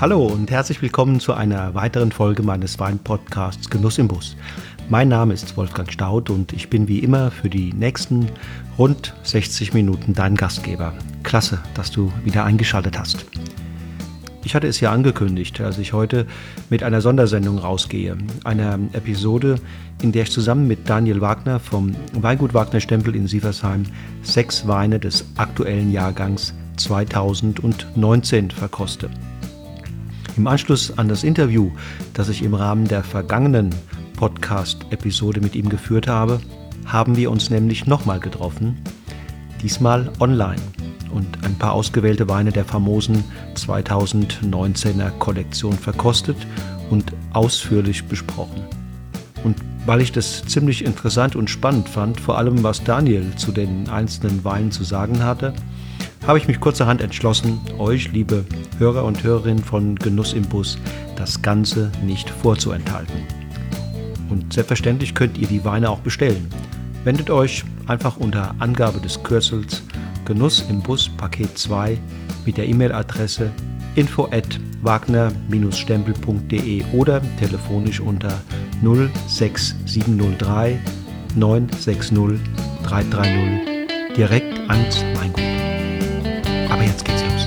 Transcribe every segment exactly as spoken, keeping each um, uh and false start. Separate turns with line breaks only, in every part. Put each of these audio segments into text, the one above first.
Hallo und herzlich willkommen zu einer weiteren Folge meines Weinpodcasts Genuss im Bus. Mein Name ist Wolfgang Staudt und ich bin wie immer für die nächsten rund sechzig Minuten dein Gastgeber. Klasse, dass du wieder eingeschaltet hast. Ich hatte es ja angekündigt, dass ich heute mit einer Sondersendung rausgehe. Einer Episode, in der ich zusammen mit Daniel Wagner vom Weingut Wagner Stempel in Sieversheim sechs Weine des aktuellen Jahrgangs zweitausendneunzehn verkoste. Im Anschluss an das Interview, das ich im Rahmen der vergangenen Podcast-Episode mit ihm geführt habe, haben wir uns nämlich nochmal getroffen, diesmal online und ein paar ausgewählte Weine der famosen zweitausendneunzehner Kollektion verkostet und ausführlich besprochen. Und weil ich das ziemlich interessant und spannend fand, vor allem was Daniel zu den einzelnen Weinen zu sagen hatte, habe ich mich kurzerhand entschlossen, euch, liebe Hörer und Hörerinnen von Genuss im Bus, das Ganze nicht vorzuenthalten. Und selbstverständlich könnt ihr die Weine auch bestellen. Wendet euch einfach unter Angabe des Kürzels Genuss im Bus Paket zwei mit der E-Mail-Adresse info at wagner stempel punkt de oder telefonisch unter null sechs sieben null drei neun sechs null drei drei null direkt ans Weingut. Aber jetzt geht's los.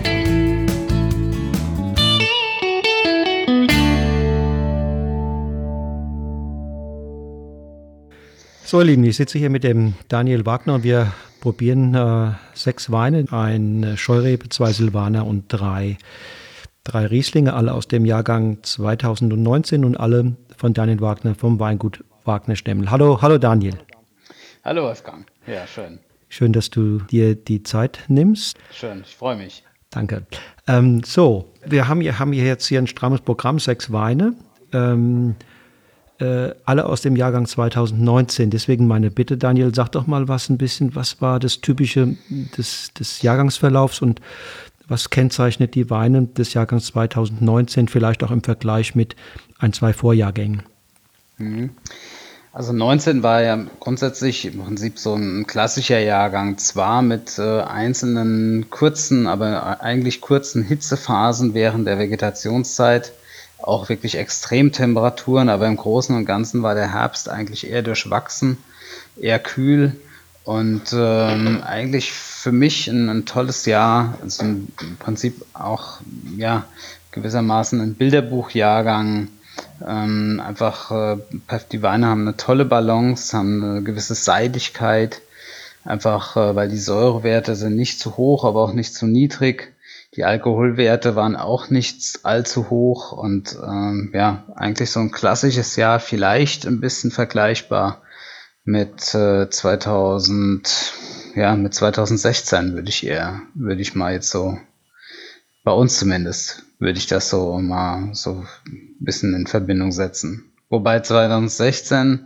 So, ihr Lieben, ich sitze hier mit dem Daniel Wagner und wir probieren äh, sechs Weine, ein Scheurebe, zwei Silvaner und drei, drei Rieslinge, alle aus dem Jahrgang zweitausendneunzehn und alle von Daniel Wagner vom Weingut Wagner Stempel. Hallo, hallo Daniel.
Hallo Wolfgang, ja schön.
Schön, dass du dir die Zeit nimmst.
Schön, ich freue mich.
Danke. Ähm, so, wir haben hier, haben hier jetzt hier ein strammes Programm, sechs Weine, ähm, äh, alle aus dem Jahrgang zweitausendneunzehn. Deswegen meine Bitte, Daniel, sag doch mal was ein bisschen, was war das Typische des, des Jahrgangsverlaufs und was kennzeichnet die Weine des Jahrgangs zweitausendneunzehn, vielleicht auch im Vergleich mit ein, zwei Vorjahrgängen?
Mhm. Also neunzehn war ja grundsätzlich im Prinzip so ein klassischer Jahrgang, zwar mit äh, einzelnen kurzen, aber eigentlich kurzen Hitzephasen während der Vegetationszeit, auch wirklich Extremtemperaturen, aber im Großen und Ganzen war der Herbst eigentlich eher durchwachsen, eher kühl und ähm, eigentlich für mich ein, ein tolles Jahr, also im Prinzip auch ja gewissermaßen ein Bilderbuchjahrgang. Ähm, einfach, äh, die Weine haben eine tolle Balance, haben eine gewisse Seidigkeit, einfach, äh, weil die Säurewerte sind nicht zu hoch, aber auch nicht zu niedrig. Die Alkoholwerte waren auch nicht allzu hoch und ähm, ja, eigentlich so ein klassisches Jahr, vielleicht ein bisschen vergleichbar mit äh, zweitausend, ja, mit zweitausendsechzehn würde ich eher, würde ich mal jetzt so, bei uns zumindest, würde ich das so mal so ein bisschen in Verbindung setzen. Wobei zweitausendsechzehn,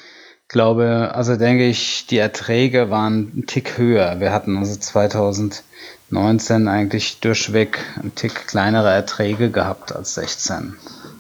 glaube, also denke ich, die Erträge waren ein Tick höher. Wir hatten also zweitausendneunzehn eigentlich durchweg ein Tick kleinere Erträge gehabt als sechzehn.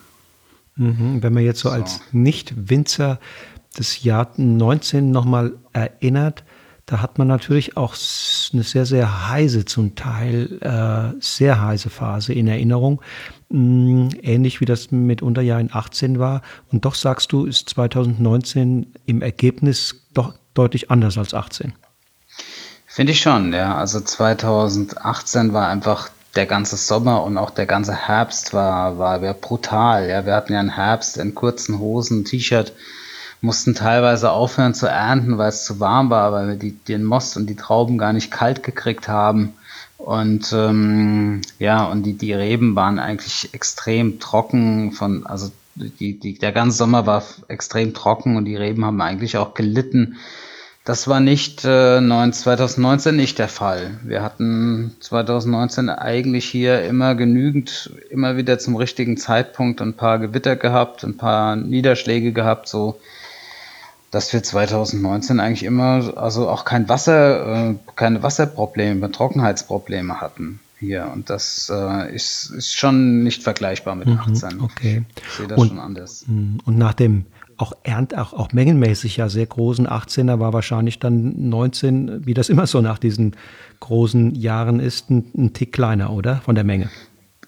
Mhm, wenn man jetzt so, so. als Nicht-Winzer des Jahr neunzehn nochmal erinnert, da hat man natürlich auch eine sehr, sehr heiße, zum Teil äh, sehr heiße Phase in Erinnerung. Mm, ähnlich wie das mitunter ja in achtzehn war. Und doch sagst du, ist zweitausendneunzehn im Ergebnis doch deutlich anders als achtzehn.
Finde ich schon, ja. Also zweitausendachtzehn war einfach der ganze Sommer und auch der ganze Herbst war, war, war brutal. Ja, wir hatten ja einen Herbst in kurzen Hosen, T-Shirt, mussten teilweise aufhören zu ernten, weil es zu warm war, weil wir die, den Most und die Trauben gar nicht kalt gekriegt haben. Und ähm, ja, und die, die Reben waren eigentlich extrem trocken, von, also die, die, der ganze Sommer war extrem trocken und die Reben haben eigentlich auch gelitten. Das war nicht äh, zweitausendneunzehn nicht der Fall. Wir hatten zweitausendneunzehn eigentlich hier immer genügend, immer wieder zum richtigen Zeitpunkt ein paar Gewitter gehabt, ein paar Niederschläge gehabt, so dass wir zweitausendneunzehn eigentlich immer, also auch kein Wasser, äh, keine Wasserprobleme, Trockenheitsprobleme hatten hier. Und das äh, ist, ist schon nicht vergleichbar mit achtzehn.
Okay.
Ich sehe das
und,
schon anders.
Und nach dem auch ernt, auch, auch mengenmäßig ja sehr großen achtzehner war wahrscheinlich dann neunzehn, wie das immer so nach diesen großen Jahren ist, ein, ein Tick kleiner, oder? Von der Menge.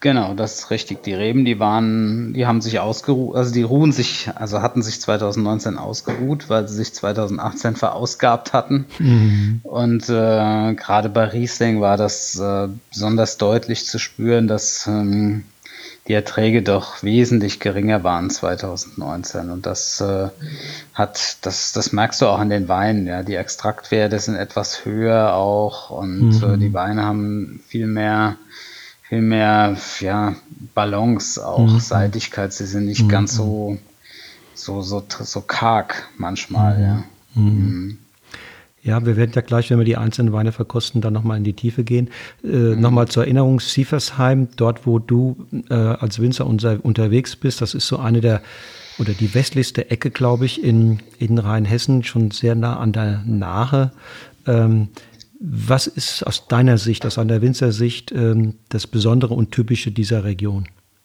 Genau, das ist richtig. Die Reben, die waren, die haben sich ausgeruht, also die ruhen sich, also hatten sich zwanzig neunzehn ausgeruht, weil sie sich zwanzig achtzehn verausgabt hatten.
Mhm.
Und äh, gerade bei Riesling war das äh, besonders deutlich zu spüren, dass ähm, die Erträge doch wesentlich geringer waren zwanzig neunzehn. Und das äh, hat, das, das merkst du auch an den Weinen, ja. Die Extraktwerte sind etwas höher auch und
Mhm.
äh, die Weine haben viel mehr viel mehr, ja, Balance, auch
Mhm.
Seitigkeit. Sie sind nicht
Mhm.
ganz so, so, so, so karg manchmal,
Mhm.
ja.
Mhm.
Mhm.
Ja, wir werden ja gleich, wenn wir die einzelnen Weine verkosten, dann nochmal in die Tiefe gehen. Äh,
Mhm.
Nochmal zur Erinnerung, Sieversheim, dort wo du äh, als Winzer unser, unterwegs bist, das ist so eine der, oder die westlichste Ecke, glaube ich, in, in Rheinhessen, schon sehr nah an der Nahe. Ähm, was ist aus deiner Sicht, aus einer Winzersicht, ähm, das Besondere und Typische dieser Region?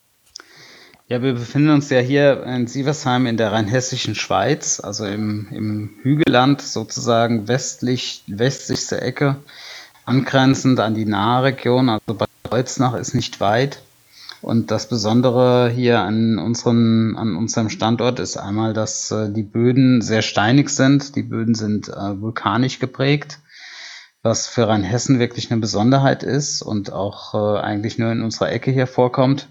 Ja, wir befinden uns ja hier in Sieversheim in der rheinhessischen Schweiz, also im, im Hügelland, sozusagen westlich, westlichste Ecke, angrenzend an die Nahe-Region, also Bad Kreuznach ist nicht weit. Und das Besondere hier an, unseren, an unserem Standort ist einmal, dass äh, die Böden sehr steinig sind. Die Böden sind äh, vulkanisch geprägt, was für Rheinhessen wirklich eine Besonderheit ist und auch äh, eigentlich nur in unserer Ecke hier vorkommt.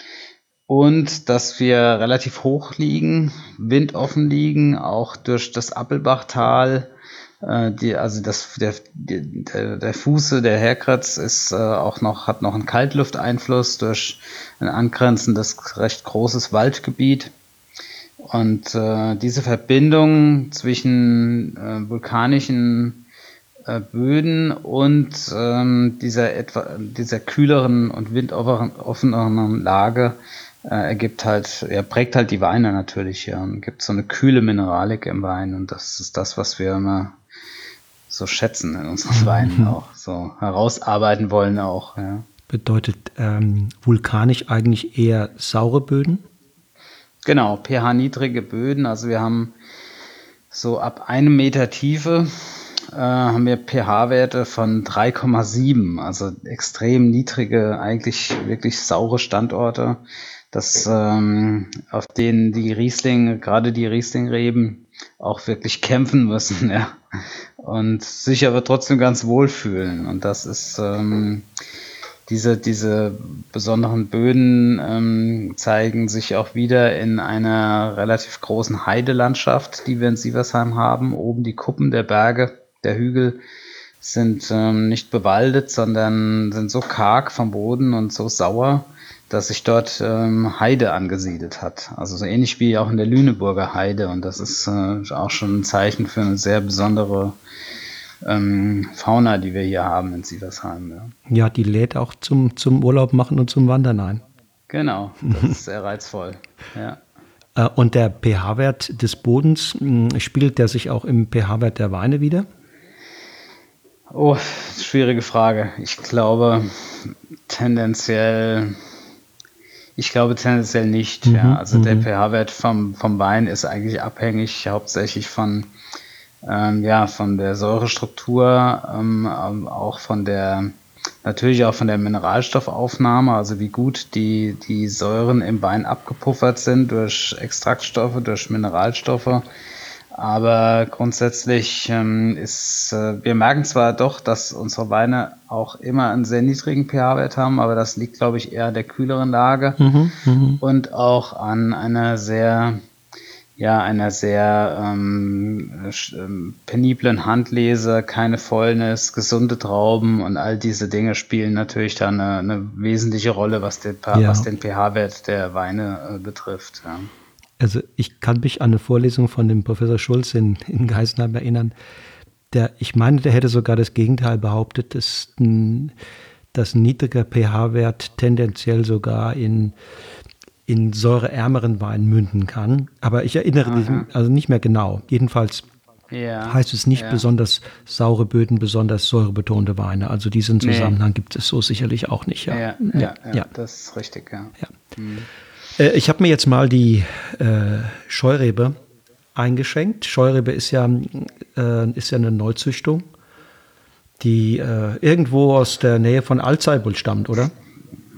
Und dass wir relativ hoch liegen, windoffen liegen, auch durch das Appelbachtal. Äh, die, also das, der, der, der Fuße, der Herkratz ist äh, auch noch, hat noch einen Kaltlufteinfluss durch ein angrenzendes, recht großes Waldgebiet. Und äh, diese Verbindung zwischen äh, vulkanischen äh, Böden und ähm, dieser etwa dieser kühleren und windoffeneren Lage äh, ergibt halt, er prägt halt die Weine natürlich, ja, und gibt so eine kühle Mineralik im Wein und das ist das, was wir immer so schätzen in unseren Weinen auch, so herausarbeiten wollen auch, ja.
Bedeutet ähm, vulkanisch eigentlich eher saure Böden?
Genau, pH-niedrige Böden, also wir haben so ab einem Meter Tiefe äh, haben wir pH-Werte von drei Komma sieben, also extrem niedrige, eigentlich wirklich saure Standorte, das, ähm, auf denen die Riesling, gerade die Rieslingreben, auch wirklich kämpfen müssen, ja, und sich aber trotzdem ganz wohlfühlen. Und das ist ähm, diese, diese besonderen Böden ähm, zeigen sich auch wieder in einer relativ großen Heidelandschaft, die wir in Sieversheim haben. Oben die Kuppen der Berge, der Hügel sind ähm, nicht bewaldet, sondern sind so karg vom Boden und so sauer, dass sich dort ähm, Heide angesiedelt hat. Also so ähnlich wie auch in der Lüneburger Heide. Und das ist äh, auch schon ein Zeichen für eine sehr besondere ähm, Fauna, die wir hier haben in Sieversheim. Ja.
Ja, die lädt auch zum, zum Urlaub machen und zum Wandern ein.
Genau, das ist sehr reizvoll. Ja.
Äh, und der pH-Wert des Bodens, mh, spiegelt der sich auch im pH-Wert der Weine wieder?
Oh, schwierige Frage. Ich glaube tendenziell, ich glaube tendenziell nicht.
Mhm,
Ja. Also der
mhm.
pH-Wert vom, vom Wein ist eigentlich abhängig hauptsächlich von, ähm, ja, von der Säurestruktur, ähm, auch von der, natürlich auch von der Mineralstoffaufnahme, also wie gut die, die Säuren im Wein abgepuffert sind durch Extraktstoffe, durch Mineralstoffe. Aber grundsätzlich ähm, ist, äh, wir merken zwar doch, dass unsere Weine auch immer einen sehr niedrigen pH-Wert haben, aber das liegt, glaube ich, eher an der kühleren Lage
Mhm, mhm.
und auch an einer sehr, ja, einer sehr ähm, sch- ähm, peniblen Handlese, keine Fäulnis, gesunde Trauben und all diese Dinge spielen natürlich da eine, eine wesentliche Rolle, was den, pa-
Ja.
was den pH-Wert der Weine äh, betrifft. Ja.
Also ich kann mich an eine Vorlesung von dem Professor Schulz in, in Geisenheim erinnern. Der, ich meine, der hätte sogar das Gegenteil behauptet, dass ein, dass ein niedriger pH-Wert tendenziell sogar in, in säureärmeren Wein münden kann. Aber ich erinnere mich
Aha.
also nicht mehr genau. Jedenfalls
Ja,
heißt es nicht
ja.
besonders saure Böden, besonders säurebetonte Weine. Also diesen
Nee.
Zusammenhang gibt es so sicherlich auch nicht. Ja,
Ja, ja, ja,
ja.
das ist richtig, ja.
Ja. Äh, ich habe mir jetzt mal die äh, Scheurebe eingeschenkt. Scheurebe ist ja, äh, ist ja eine Neuzüchtung, die äh, irgendwo aus der Nähe von Alzey wohl stammt, oder?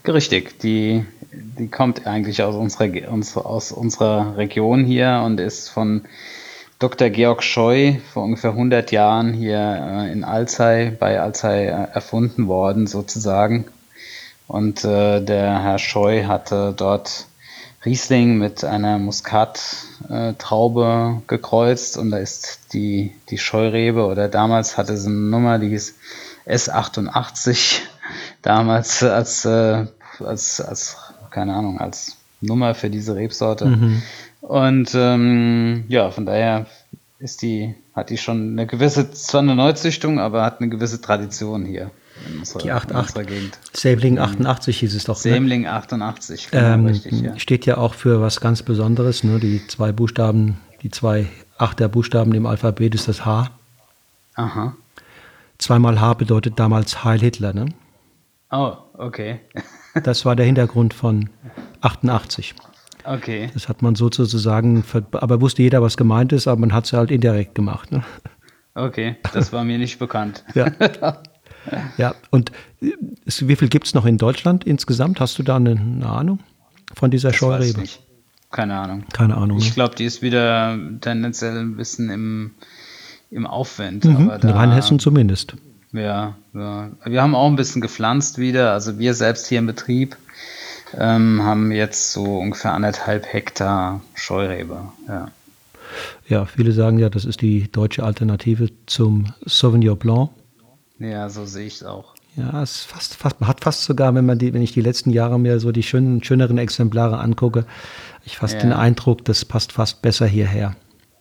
Richtig, die, die kommt eigentlich aus unserer, uns- aus unserer Region hier und ist von Doktor Georg Scheu vor ungefähr hundert Jahren hier äh, in Alzey, bei Alzey äh, erfunden worden sozusagen. Und äh, der Herr Scheu hatte dort Riesling mit einer Muskat-Traube gekreuzt und da ist die, die Scheurebe, oder damals hatte sie eine Nummer, die hieß S achtundachtzig, damals als, äh, als, als, keine Ahnung, als Nummer für diese Rebsorte.
Mhm.
Und ähm, ja, von daher ist die, hat die schon eine gewisse, zwar eine Neuzüchtung, aber hat eine gewisse Tradition hier in unserer,
Die
in
acht
unserer
acht.
Gegend.
Säbling achtundachtzig hieß es doch. Ne?
Sämling achtundachtzig, genau,
Ähm,
richtig, ja.
Steht ja auch für was ganz Besonderes. Ne? Die zwei Buchstaben, die zwei Achterbuchstaben im Alphabet ist das H.
Aha.
Zweimal H bedeutet damals Heil Hitler. Ne?
Oh, okay.
Das war der Hintergrund von achtundachtzig.
Okay.
Das hat man sozusagen, ver- aber wusste jeder, was gemeint ist, aber man hat es halt indirekt gemacht. Ne?
Okay, das war mir nicht bekannt.
Ja. Ja, und äh, es- wie viel gibt es noch in Deutschland insgesamt? Hast du da eine, eine Ahnung von dieser
Das weiß ich
Scheurebe?
nicht. Keine Ahnung.
Keine Ahnung. Ne?
Ich glaube, die ist wieder tendenziell ein bisschen im, im Aufwind.
Mhm.
Aber
In
da,
Rheinhessen zumindest.
ja, ja, wir haben auch ein bisschen gepflanzt wieder. Also wir selbst hier im Betrieb ähm, haben jetzt so ungefähr anderthalb Hektar Scheurebe. Ja.
Ja, viele sagen ja, das ist die deutsche Alternative zum Sauvignon Blanc.
Ja, so sehe ich es auch.
Ja, es ist fast, fast, man hat fast sogar, wenn man die, wenn ich die letzten Jahre mir so die schönen, schöneren Exemplare angucke, ich fast
Ja.
den Eindruck, das passt fast besser hierher.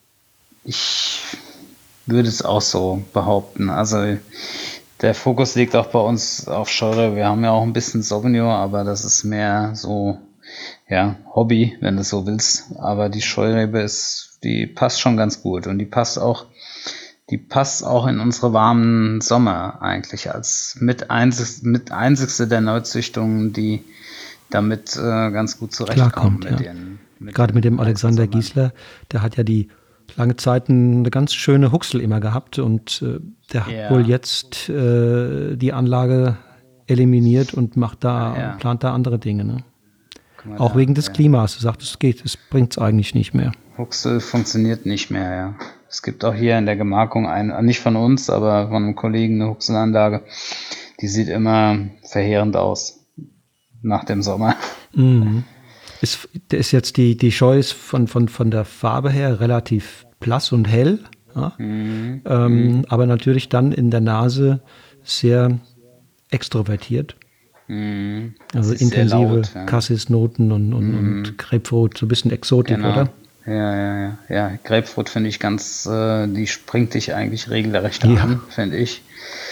Ich würde es auch so behaupten. Also der Fokus liegt auch bei uns auf Scheurebe. Wir haben ja auch ein bisschen Sauvignon, aber das ist mehr so, ja, Hobby, wenn du so willst. Aber die Scheurebe ist, die passt schon ganz gut und die passt auch, die passt auch in unsere warmen Sommer eigentlich als mit, einzig, mit einzigste der Neuzüchtungen, die damit äh, ganz gut zurechtkommen.
Klarkommt, ja.
ihren, mit
Gerade
den
mit dem
heißen
Alexander
Sommern.
Giesler, der hat ja die lange Zeit eine ganz schöne Huxel immer gehabt und äh, der
Ja.
hat wohl jetzt äh, die Anlage eliminiert und macht da,
Ja.
plant da andere Dinge. Ne?
Guck mal
Auch
da,
wegen des
ja.
Klimas. Du sagst, es geht, es bringt es eigentlich nicht mehr.
Huxel funktioniert nicht mehr, ja. Es gibt auch hier in der Gemarkung ein, nicht von uns, aber von einem Kollegen eine Huxelanlage. Die sieht immer verheerend aus nach dem Sommer.
Mhm. Ist, der ist jetzt die, die Scheu ist von, von, von der Farbe her relativ blass und hell, ja?
Mhm.
ähm, aber natürlich dann in der Nase sehr extrovertiert.
Mhm.
Also
Es ist sehr
intensive
laut, ja.
Cassis-Noten und, und, und Grapefruit, so ein bisschen Exotik,
Genau.
oder?
Ja, ja, ja. Ja, Grapefruit finde ich ganz, äh, die springt dich eigentlich regelrecht
Ja.
an, finde ich.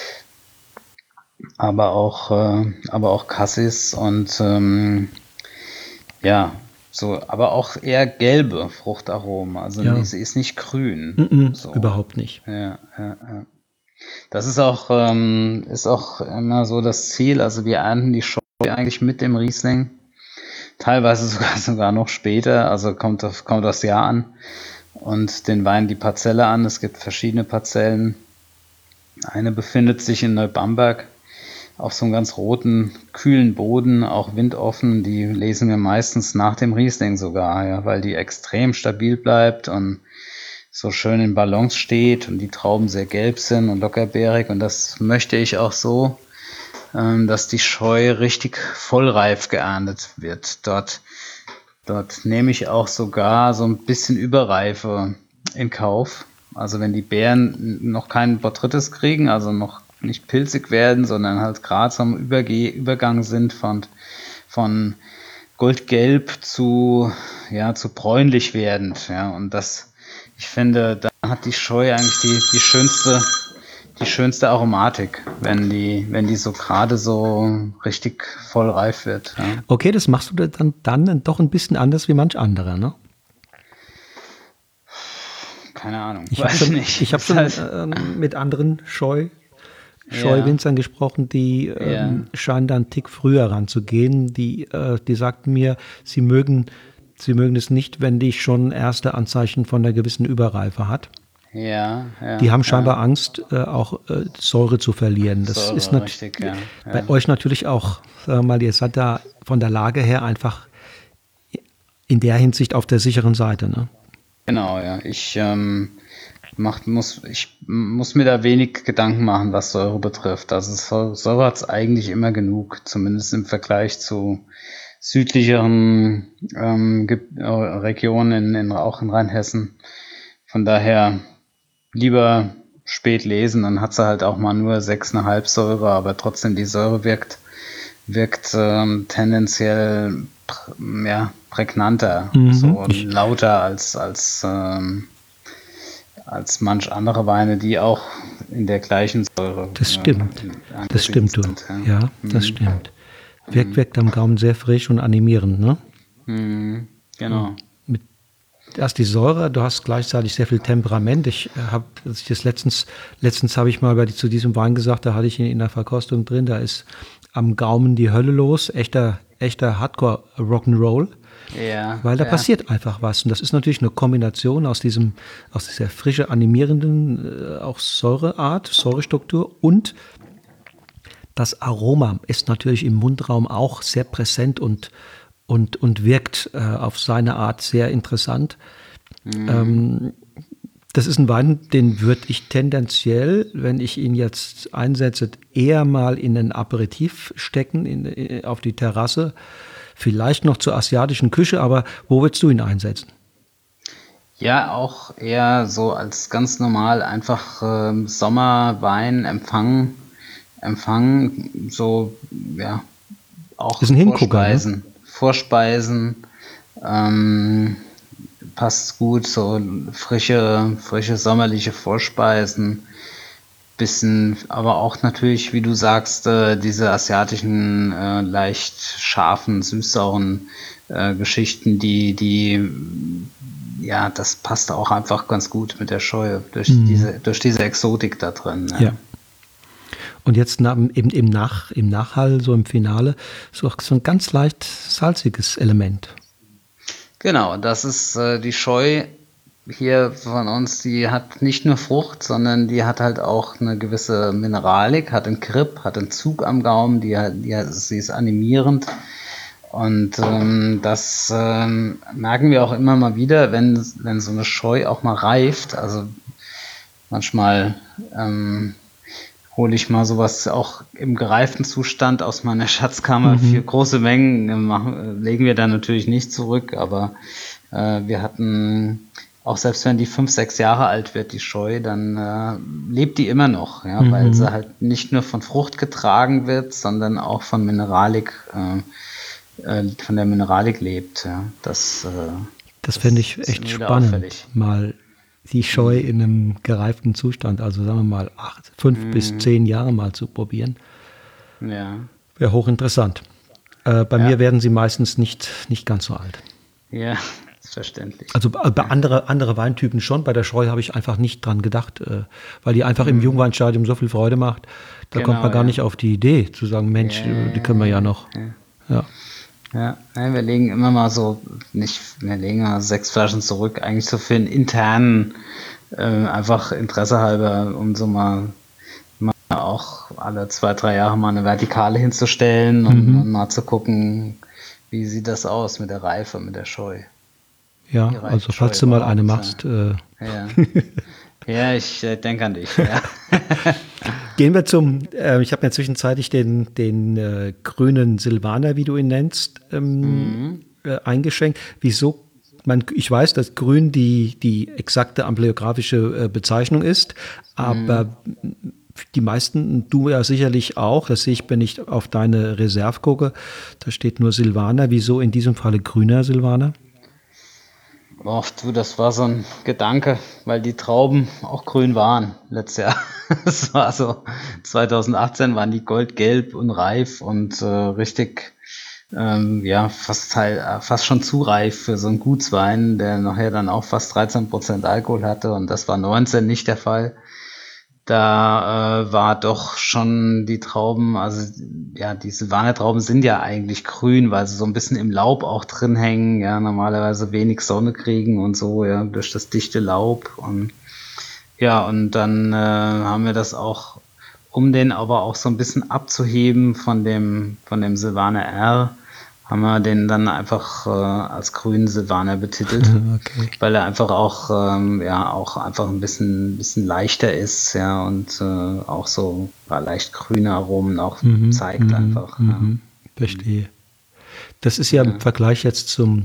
Aber auch, äh, aber auch Cassis und ähm, ja, so, aber auch eher gelbe Fruchtaromen. Also
Ja.
nee, sie ist nicht grün.
Mhm,
So.
überhaupt nicht.
Ja, ja, ja. Das ist auch, ähm, ist auch immer so das Ziel. Also wir ernten die Scheu eigentlich mit dem Riesling. Teilweise sogar, sogar noch später. Also kommt, auf, kommt das Jahr an. Und den Wein die Parzelle an. Es gibt verschiedene Parzellen. Eine befindet sich in Neubamberg auf so einem ganz roten, kühlen Boden, auch windoffen. Die lesen wir meistens nach dem Riesling sogar, ja, weil die extrem stabil bleibt und so schön in Balance steht und die Trauben sehr gelb sind und lockerbeerig. Und das möchte ich auch so, ähm, dass die Scheu richtig vollreif geerntet wird. Dort, dort nehme ich auch sogar so ein bisschen Überreife in Kauf. Also wenn die Beeren noch keinen Botrytis kriegen, also noch nicht pilzig werden, sondern halt gerade zum Überge- Übergang sind von, von goldgelb zu, ja, zu bräunlich werdend. Ja, und das, ich finde, da hat die Scheu eigentlich die, die schönste, die schönste Aromatik, wenn die, wenn die so gerade so richtig voll reif wird. Ja.
Okay, das machst du dann, dann doch ein bisschen anders wie manch anderer, ne?
Keine Ahnung,
Ich habe
weiß
schon,
nicht.
ich hab
Ist
schon
halt-
ähm, mit anderen Scheu, Scheuwinzern gesprochen, die ähm, scheinen da einen Tick früher ranzugehen. Die, äh, die sagten mir, sie mögen, sie mögen es nicht, wenn die schon erste Anzeichen von einer gewissen Überreife hat.
Ja, ja.
Die haben scheinbar
ja.
Angst, äh, auch äh, Säure zu verlieren. Das
Säure,
ist nat-
richtig, ja, ja.
bei euch natürlich auch, sagen wir mal, ihr seid da von der Lage her einfach in der Hinsicht auf der sicheren Seite, ne?
Genau, ja. Ich, ähm, mach, muss, ich muss mir da wenig Gedanken machen, was Säure betrifft. Also Säure Säure hat es eigentlich immer genug, zumindest im Vergleich zu südlicheren ähm, Ge- äh, Regionen, in, in, auch in Rheinhessen. Von daher lieber spät lesen, dann hat sie halt auch mal nur sechs Komma fünf Säure, aber trotzdem die Säure wirkt, wirkt ähm, tendenziell pr- ja, prägnanter,
Mhm.
so
Ich-
lauter als, als, ähm, als manch andere Weine, die auch in der gleichen Säure
Das stimmt.
äh,
Das stimmt, du.
sind.
Ja, das stimmt. Wirkt, wirkt am Gaumen sehr frisch und animierend, ne?
Mhm, genau.
Mit, du hast die Säure, du hast gleichzeitig sehr viel Temperament. Ich habe, als ich das letztens, letztens habe ich mal bei, zu diesem Wein gesagt, da hatte ich ihn in der Verkostung drin, da ist am Gaumen die Hölle los, echter, echter Hardcore Rock'n'Roll.
Ja,
Weil da
ja.
passiert einfach was. Und das ist natürlich eine Kombination aus diesem, aus dieser frische, animierenden, äh, auch Säureart, Säurestruktur und das Aroma ist natürlich im Mundraum auch sehr präsent und, und, und wirkt äh, auf seine Art sehr interessant.
Mhm.
Ähm, das ist ein Wein, den würde ich tendenziell, wenn ich ihn jetzt einsetze, eher mal in ein Aperitif stecken, in, in, auf die Terrasse. Vielleicht noch zur asiatischen Küche, aber wo würdest du ihn einsetzen?
Ja, auch eher so als ganz normal einfach ähm, Sommerwein empfangen, empfangen, so, ja, auch
Ist ein Hingucker, ne?
Vorspeisen, Vorspeisen, ähm, passt gut, so frische, frische sommerliche Vorspeisen, bisschen, aber auch natürlich, wie du sagst, äh, diese asiatischen, äh, leicht scharfen, süß-sauren äh, Geschichten, die, die, ja, das passt auch einfach ganz gut mit der Scheue, durch diese, durch diese Exotik da drin. Ne?
Ja. Und jetzt na, im, im, Nach, im Nachhall, so im Finale, so, so ein ganz leicht salziges Element.
Genau, das ist äh, die Scheu hier von uns, die hat nicht nur Frucht, sondern die hat halt auch eine gewisse Mineralik, hat einen Grip, hat einen Zug am Gaumen, die, hat- die, hat- sie ist animierend. Und ähm, das ähm, merken wir auch immer mal wieder, wenn, wenn so eine Scheu auch mal reift. Also manchmal ähm, hole ich mal sowas auch im gereiften Zustand aus meiner Schatzkammer für große Mengen. äh, Machen, legen wir dann natürlich nicht zurück, aber äh, wir hatten, auch selbst wenn die fünf, sechs Jahre alt wird, die Scheu, dann äh, lebt die immer noch, ja, weil sie halt nicht nur von Frucht getragen wird, sondern auch von Mineralik, äh, äh, von der Mineralik lebt. Ja. Das, äh,
Das fände ich
ist
echt
immer wieder
spannend,
auffällig.
mal die Scheu in einem gereiften Zustand, also sagen wir mal acht, fünf bis zehn Jahre mal zu probieren.
Ja,
Wäre hochinteressant. Äh, bei
Ja.
mir werden sie meistens nicht, nicht ganz so alt.
ja, ist verständlich.
Also bei bei andere, andere Weintypen schon, bei der Scheu habe ich einfach nicht dran gedacht, äh, weil die einfach im Jungweinstadium so viel Freude macht. Da
Genau,
kommt man gar
ja.
nicht auf die Idee zu sagen, Mensch,
Ja,
äh, die können wir ja noch. Ja.
Ja, nein, wir legen immer mal so, nicht, wir legen mal sechs Flaschen zurück, eigentlich so für einen internen, äh, einfach Interesse halber, um so mal, mal auch alle zwei, drei Jahre mal eine Vertikale hinzustellen und, und mal zu gucken, wie sieht das aus mit der Reife, mit der Scheu.
Ja,
Die reift
also
Scheu
falls du mal eine
überhaupt,
machst, äh,
Ja, ja ich äh, denke an dich. Ja.
gehen wir zum, äh, ich habe mir zwischenzeitlich den, den äh, grünen Silvaner, wie du ihn nennst, ähm, äh, eingeschenkt. Wieso? Man, ich weiß, dass grün die, die exakte amblyographische äh, Bezeichnung ist, aber die meisten, du ja sicherlich auch, das sehe ich, wenn ich auf deine Reserve gucke, da steht nur Silvaner. Wieso in diesem Falle grüner Silvaner?
Boah, du, das war so ein Gedanke, weil die Trauben auch grün waren letztes Jahr. Es war so, zwanzig achtzehn waren die goldgelb und reif und äh, richtig, ähm, ja, fast, teil, äh, fast schon zu reif für so einen Gutswein, der nachher dann auch fast dreizehn Prozent Alkohol hatte und das war neunzehn nicht der Fall. Da äh, war doch schon die Trauben, also ja, die Silvaner-Trauben sind ja eigentlich grün, weil sie so ein bisschen im Laub auch drin hängen, ja, normalerweise wenig Sonne kriegen und so, ja, durch das dichte Laub und Ja, und dann äh, haben wir das auch, um den aber auch so ein bisschen abzuheben von dem, von dem Silvaner R, haben wir den dann einfach äh, als grünen Silvaner betitelt,
Okay.
weil er einfach auch, ähm, ja, auch einfach ein bisschen, bisschen leichter ist, ja, und äh, auch so ja, leicht grüne Aromen auch
Mhm,
zeigt
mhm,
einfach.
mhm. Verstehe. Das ist ja
Ja,
im Vergleich jetzt zum,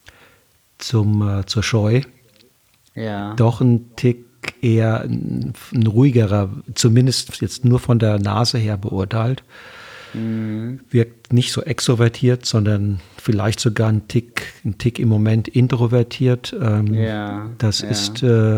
zum, äh, zur Scheu
ja,
doch ein Tick eher ein, ein ruhigerer, zumindest jetzt nur von der Nase her beurteilt.
mhm.
Wirkt nicht so extrovertiert, sondern vielleicht sogar ein Tick, ein Tick im Moment introvertiert. Ähm,
Ja,
das
ja.
ist äh,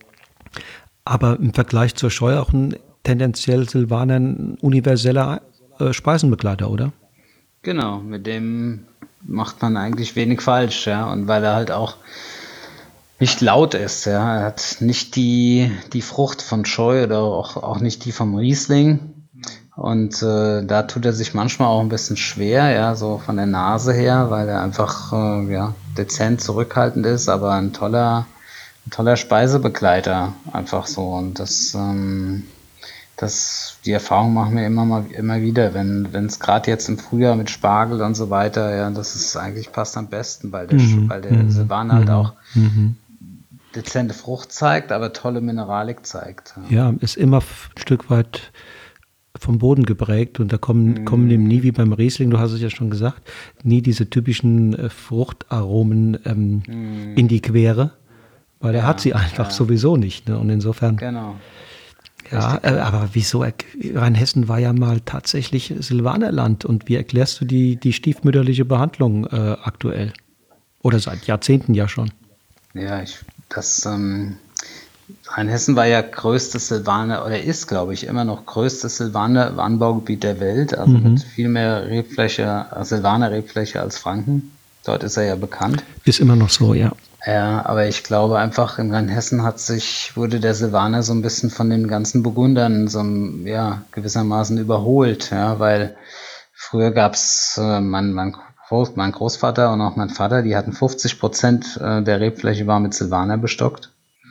aber im Vergleich zur Scheu auch ein tendenziell Silvaner ein universeller äh, Speisenbegleiter, oder?
Genau, mit dem macht man eigentlich wenig falsch, ja. Und weil er halt auch nicht laut ist, ja. Er hat nicht die, die Frucht von Scheu oder auch, auch nicht die vom Riesling. Und äh, da tut er sich manchmal auch ein bisschen schwer, ja, so von der Nase her, weil er einfach äh, ja, dezent zurückhaltend ist, aber ein toller, ein toller Speisebegleiter, einfach so. Und das, ähm, das, die Erfahrung machen wir immer mal immer wieder, wenn wenn es gerade jetzt im Frühjahr mit Spargel und so weiter, ja, das ist eigentlich passt am besten, weil der, Sch-
Mhm,
weil der
mhm,
Silvaner halt
mhm,
auch
mhm.
dezente Frucht zeigt, aber tolle Mineralik zeigt. Ja.
Ja, ist immer f- ein Stück weit vom Boden geprägt und da kommen, kommen eben nie
Mm,
wie beim Riesling, du hast es ja schon gesagt, nie diese typischen äh, Fruchtaromen ähm, in
mm,
die Quere, weil er hat
ja,
sie einfach
ja,
sowieso nicht. Ne? Und insofern,
genau,
ja,
richtig,
äh,
ja.
aber wieso? er- Rheinhessen war ja mal tatsächlich Silvanerland und wie erklärst du die, die stiefmütterliche Behandlung äh, aktuell? Oder seit Jahrzehnten ja schon.
Ja, ich, das, ähm, Rheinhessen war ja größtes Silvaner oder ist, glaube ich, immer noch größtes Silvaner Anbaugebiet der Welt, also mit
Mhm.
viel mehr Rebfläche, äh, Silvaner Rebfläche als Franken. Dort ist er ja bekannt.
Ist immer noch so, ja.
Ja, aber ich glaube einfach, in Rheinhessen hat sich, wurde der Silvaner so ein bisschen von den ganzen Burgundern so, ja, gewissermaßen überholt, ja, weil früher gab's, äh, mein, mein, Groß, mein Großvater und auch mein Vater, die hatten fünfzig Prozent äh, der Rebfläche war mit Silvaner bestockt.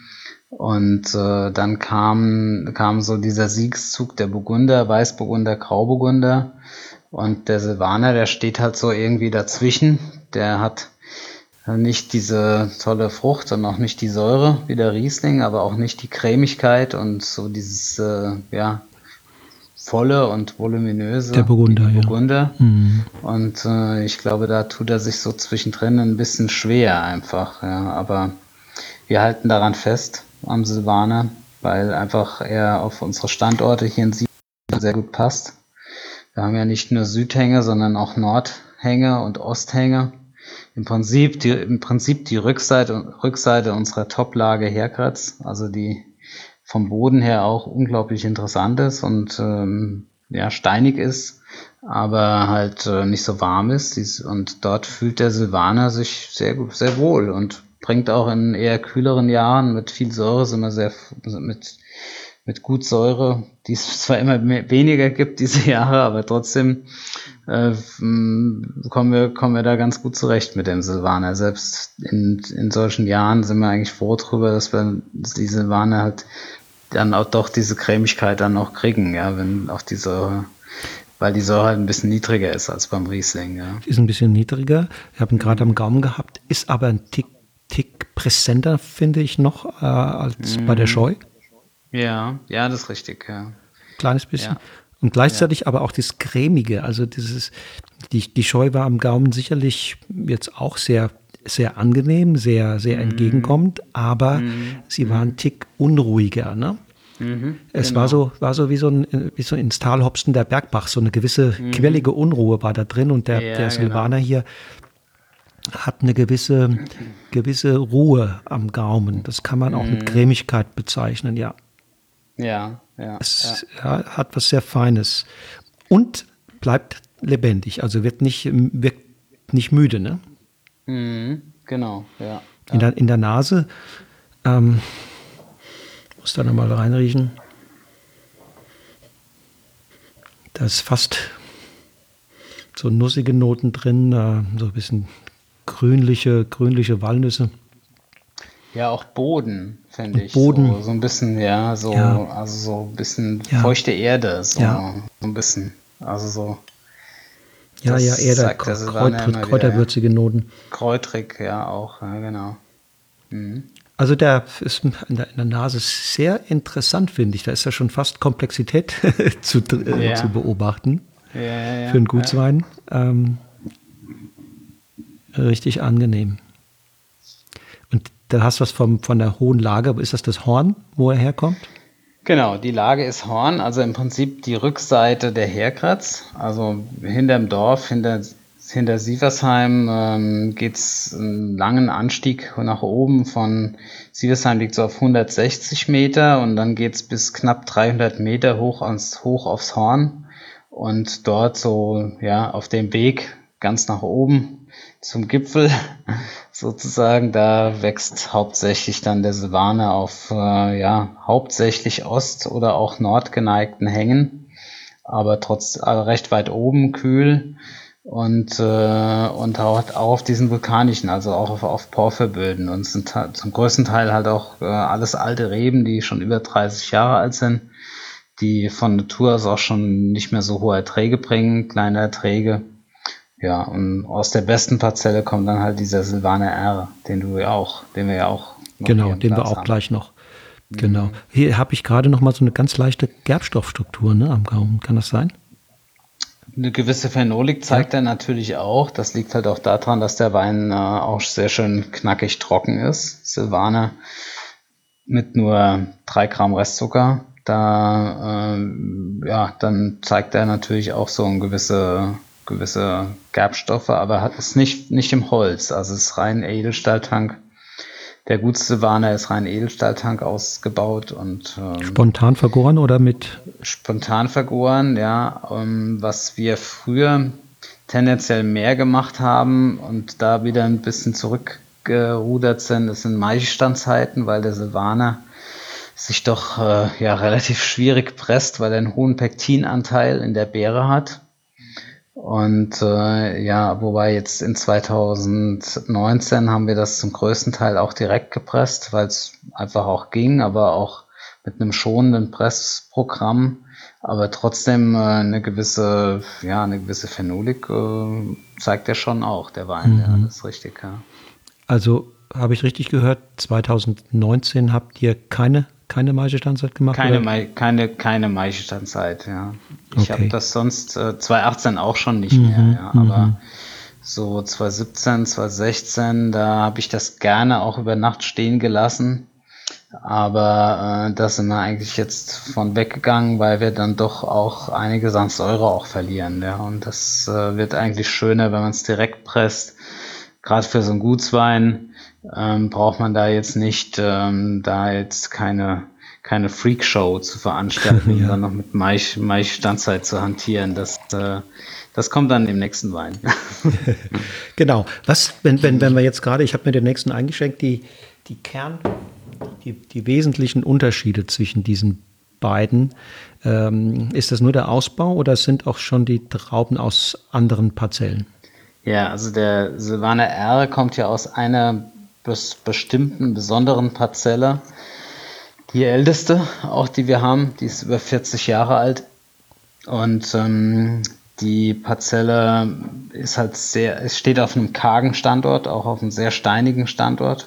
Und äh, dann kam, kam so dieser Siegeszug der Burgunder, Weißburgunder, Grauburgunder. Und der Silvaner, der steht halt so irgendwie dazwischen. Der hat nicht diese tolle Frucht und auch nicht die Säure wie der Riesling, aber auch nicht die Cremigkeit und so dieses äh, ja, volle und
Der
voluminöse wie die
Burgunder, ja.
Burgunder.
Mhm.
Und äh, ich glaube, da tut er sich so zwischendrin ein bisschen schwer einfach. Ja. Aber wir halten daran fest am Silvaner, weil einfach er auf unsere Standorte hier in Siegen sehr gut passt. Wir haben ja nicht nur Südhänge, sondern auch Nordhänge und Osthänge. Im Prinzip die, im Prinzip die Rückseite, Rückseite unserer Toplage Herkratz, also die vom Boden her auch unglaublich interessant ist und ähm, ja, steinig ist, aber halt äh, nicht so warm ist. Dies, und dort fühlt der Silvaner sich sehr gut, sehr wohl und bringt auch in eher kühleren Jahren mit viel Säure, sind wir sehr mit mit gut Säure, die es zwar immer mehr, weniger gibt diese Jahre, aber trotzdem äh, kommen wir kommen wir da ganz gut zurecht mit dem Silvaner. Selbst in, in solchen Jahren sind wir eigentlich froh drüber, dass wir die Silvaner halt dann auch doch diese Cremigkeit dann auch kriegen, ja, wenn auch die Säure, weil die Säure halt ein bisschen niedriger ist als beim Riesling, ja.
Ist ein bisschen niedriger. Ich habe ihn gerade am Gaumen gehabt, ist aber ein Tick, Tick präsenter, finde ich noch, äh, als bei der Scheu.
Ja, ja, das ist richtig, ja.
Kleines bisschen.
Ja,
Und
ja.
gleichzeitig aber auch das Cremige. Also dieses, die, die Scheu war am Gaumen sicherlich jetzt auch sehr, sehr angenehm, sehr, sehr
Mhm.
entgegenkommend, aber
Mhm.
sie war ein
Mhm.
Tick unruhiger, ne?
Mhm.
Es war
Genau.
so, war so wie so ein, wie so ins Tal hopsten der Bergbach, so eine gewisse
Mhm.
quirlige Unruhe war da drin und der, der
Ja,
Silvaner
genau.
hier hat eine gewisse, gewisse Ruhe am Gaumen. Das kann man auch mit
Mhm.
Cremigkeit bezeichnen, ja.
Ja, ja, ja.
Es ja, hat was sehr Feines und bleibt lebendig, also wird nicht, wird nicht müde, ne?
Mhm. Genau, ja,
In
ja.
der, in der Nase, ähm, muss da nochmal reinriechen, da ist fast so nussige Noten drin, äh, so ein bisschen grünliche, grünliche Walnüsse.
Ja, auch Boden, finde ich.
Boden.
So, so ein bisschen, ja, so,
Ja.
also so ein bisschen
Ja.
feuchte Erde, so,
Ja.
so ein bisschen. Also so,
Ja, ja,
das
eher der
zeigt der Silvaner
Kräut,
immer wieder, ja.
kräuterwürzige Noten.
Kräutrig, ja, auch, ja, genau. Mhm.
Also der ist in der, in der Nase sehr interessant, finde ich. Da ist ja schon fast Komplexität zu, äh,
Ja.
zu beobachten
Ja, ja, ja.
für einen
ja.
Gutswein. Ähm, richtig angenehm. Und da hast du was vom, von der hohen Lage. Ist das das Horn, wo er herkommt?
Genau, die Lage ist Horn, also im Prinzip die Rückseite der Herkratz, also hinterm Dorf, hinter, hinter Sieversheim ähm, geht es einen langen Anstieg nach oben von, Sieversheim liegt so auf hundertsechzig Meter und dann geht es bis knapp dreihundert Meter hoch, ans, hoch aufs Horn und dort so, ja, auf dem Weg ganz nach oben zum Gipfel sozusagen, da wächst hauptsächlich dann der Silvaner auf, äh, ja, hauptsächlich ost- oder auch nordgeneigten Hängen, aber trotz also recht weit oben, kühl und, äh, und auch, auch auf diesen vulkanischen, also auch auf, auf Porphyrböden und sind zum größten Teil halt auch äh, alles alte Reben, die schon über dreißig Jahre alt sind, die von Natur aus auch schon nicht mehr so hohe Erträge bringen, kleine Erträge. Ja, und aus der besten Parzelle kommt dann halt dieser Silvaner R, den du ja auch, den wir ja auch noch
Genau,
hier im
den wir
Glas
auch
haben.
gleich noch. Genau. Hier habe ich gerade noch mal so eine ganz leichte Gerbstoffstruktur, ne, am Gaumen. Kann das sein?
Eine gewisse Phenolik zeigt er natürlich auch. Das liegt halt auch daran, dass der Wein äh, auch sehr schön knackig trocken ist. Silvaner mit nur drei Gramm Restzucker. Da, ähm, ja, dann zeigt er natürlich auch so eine gewisse, gewisse Gerbstoffe, aber hat es nicht, nicht im Holz. Also es ist rein Edelstahltank. Der Gutssilvaner ist rein Edelstahltank ausgebaut und ähm,
Spontan vergoren oder mit?
spontan vergoren, ja. Ähm, was wir früher tendenziell mehr gemacht haben und da wieder ein bisschen zurückgerudert sind, das sind Maische-Standzeiten, weil der Silvaner sich doch äh, ja relativ schwierig presst, weil er einen hohen Pektinanteil in der Beere hat. Und äh, ja, wobei jetzt in zweitausendneunzehn haben wir das zum größten Teil auch direkt gepresst, weil es einfach auch ging, aber auch mit einem schonenden Pressprogramm, aber trotzdem äh, eine gewisse, ja, eine gewisse Phenolik äh, zeigt er schon auch, der Wein,
Mhm.
ja, das ist richtig, ja.
Also habe ich richtig gehört, zweitausendneunzehn habt ihr keine, keine Maische-Standzeit gemacht?
Keine,
oder?
Mai, keine, keine Maische-Standzeit, ja. Ich
Okay.
habe das sonst äh, zweitausendachtzehn auch schon nicht
Mhm,
mehr, ja,
mhm.
aber so zweitausendsiebzehn, zweitausendsechzehn, da habe ich das gerne auch über Nacht stehen gelassen. Aber äh, da sind wir eigentlich jetzt von weggegangen, weil wir dann doch auch einiges an Säure auch verlieren. Ja. Und das äh, wird eigentlich schöner, wenn man es direkt presst. Gerade für so einen Gutswein ähm, braucht man da jetzt nicht, ähm, da jetzt keine keine Freakshow zu veranstalten und
Ja.
dann noch mit Maich, Maich-Standzeit zu hantieren. Das, äh, das kommt dann im nächsten Wein.
Genau. Was, wenn, wenn, wenn wir jetzt gerade, ich habe mir den nächsten eingeschenkt, die, die Kern, die, die wesentlichen Unterschiede zwischen diesen beiden, ähm, ist das nur der Ausbau oder sind auch schon die Trauben aus anderen Parzellen?
Ja, also der Silvaner R kommt ja aus einer bes bestimmten, besonderen Parzelle. Die älteste, auch die wir haben, die ist über vierzig Jahre alt. Und ähm, die Parzelle ist halt sehr, es steht auf einem kargen Standort, auch auf einem sehr steinigen Standort.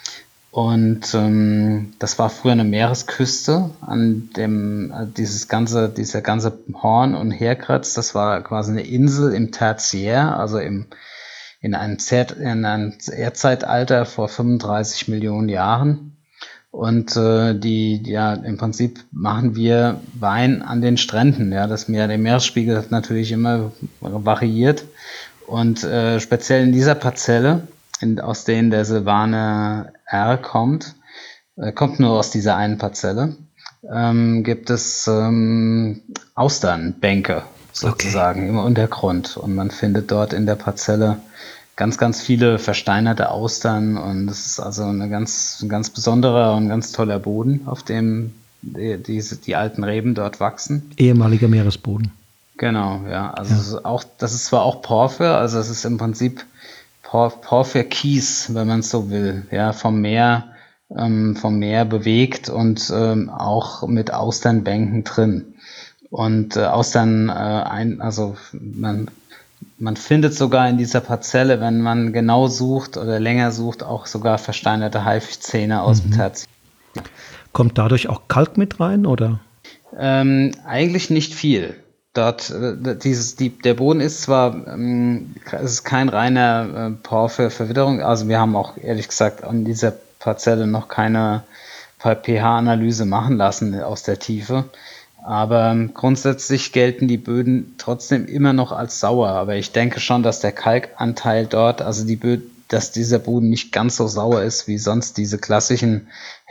Und ähm, das war früher eine Meeresküste, an dem äh, dieses ganze, dieser ganze Horn und Herkratz, das war quasi eine Insel im Tertiär, also im in einem, Zert, in einem Erdzeitalter vor fünfunddreißig Millionen Jahren. Und äh, die, ja, im Prinzip machen wir Wein an den Stränden. Ja, das Meer, der Meeresspiegel hat natürlich immer variiert. Und äh, speziell in dieser Parzelle, in, aus denen der Silvaner R kommt, äh, kommt nur aus dieser einen Parzelle, ähm, gibt es ähm, Austernbänke sozusagen im Untergrund. Und man findet dort in der Parzelle ganz, ganz viele versteinerte Austern und es ist also eine ganz, ein ganz besonderer und ganz toller Boden, auf dem die, diese, die alten Reben dort wachsen.
Ehemaliger Meeresboden.
Genau, ja. Also ja. Es ist auch, das ist zwar auch Porphyr, also es ist im Prinzip Por Porphyrkies, wenn man es so will, ja, vom Meer ähm, vom Meer bewegt und ähm, auch mit Austernbänken drin. Und äh, Austern, äh, ein, also man, man findet sogar in dieser Parzelle, wenn man genau sucht oder länger sucht, auch sogar versteinerte Haifischzähne aus dem
Mhm.
Tertiär.
Kommt dadurch auch Kalk mit rein, oder?
Ähm, eigentlich nicht viel. Dort, äh, dieses, die, der Boden ist zwar, ähm, es ist kein reiner äh, Por für Verwitterung, also wir haben auch ehrlich gesagt an dieser Parzelle noch keine pH-Analyse machen lassen aus der Tiefe, aber ähm, grundsätzlich gelten die Böden trotzdem immer noch als sauer, aber ich denke schon, dass der Kalkanteil dort, also die Böden, dass dieser Boden nicht ganz so sauer ist wie sonst diese klassischen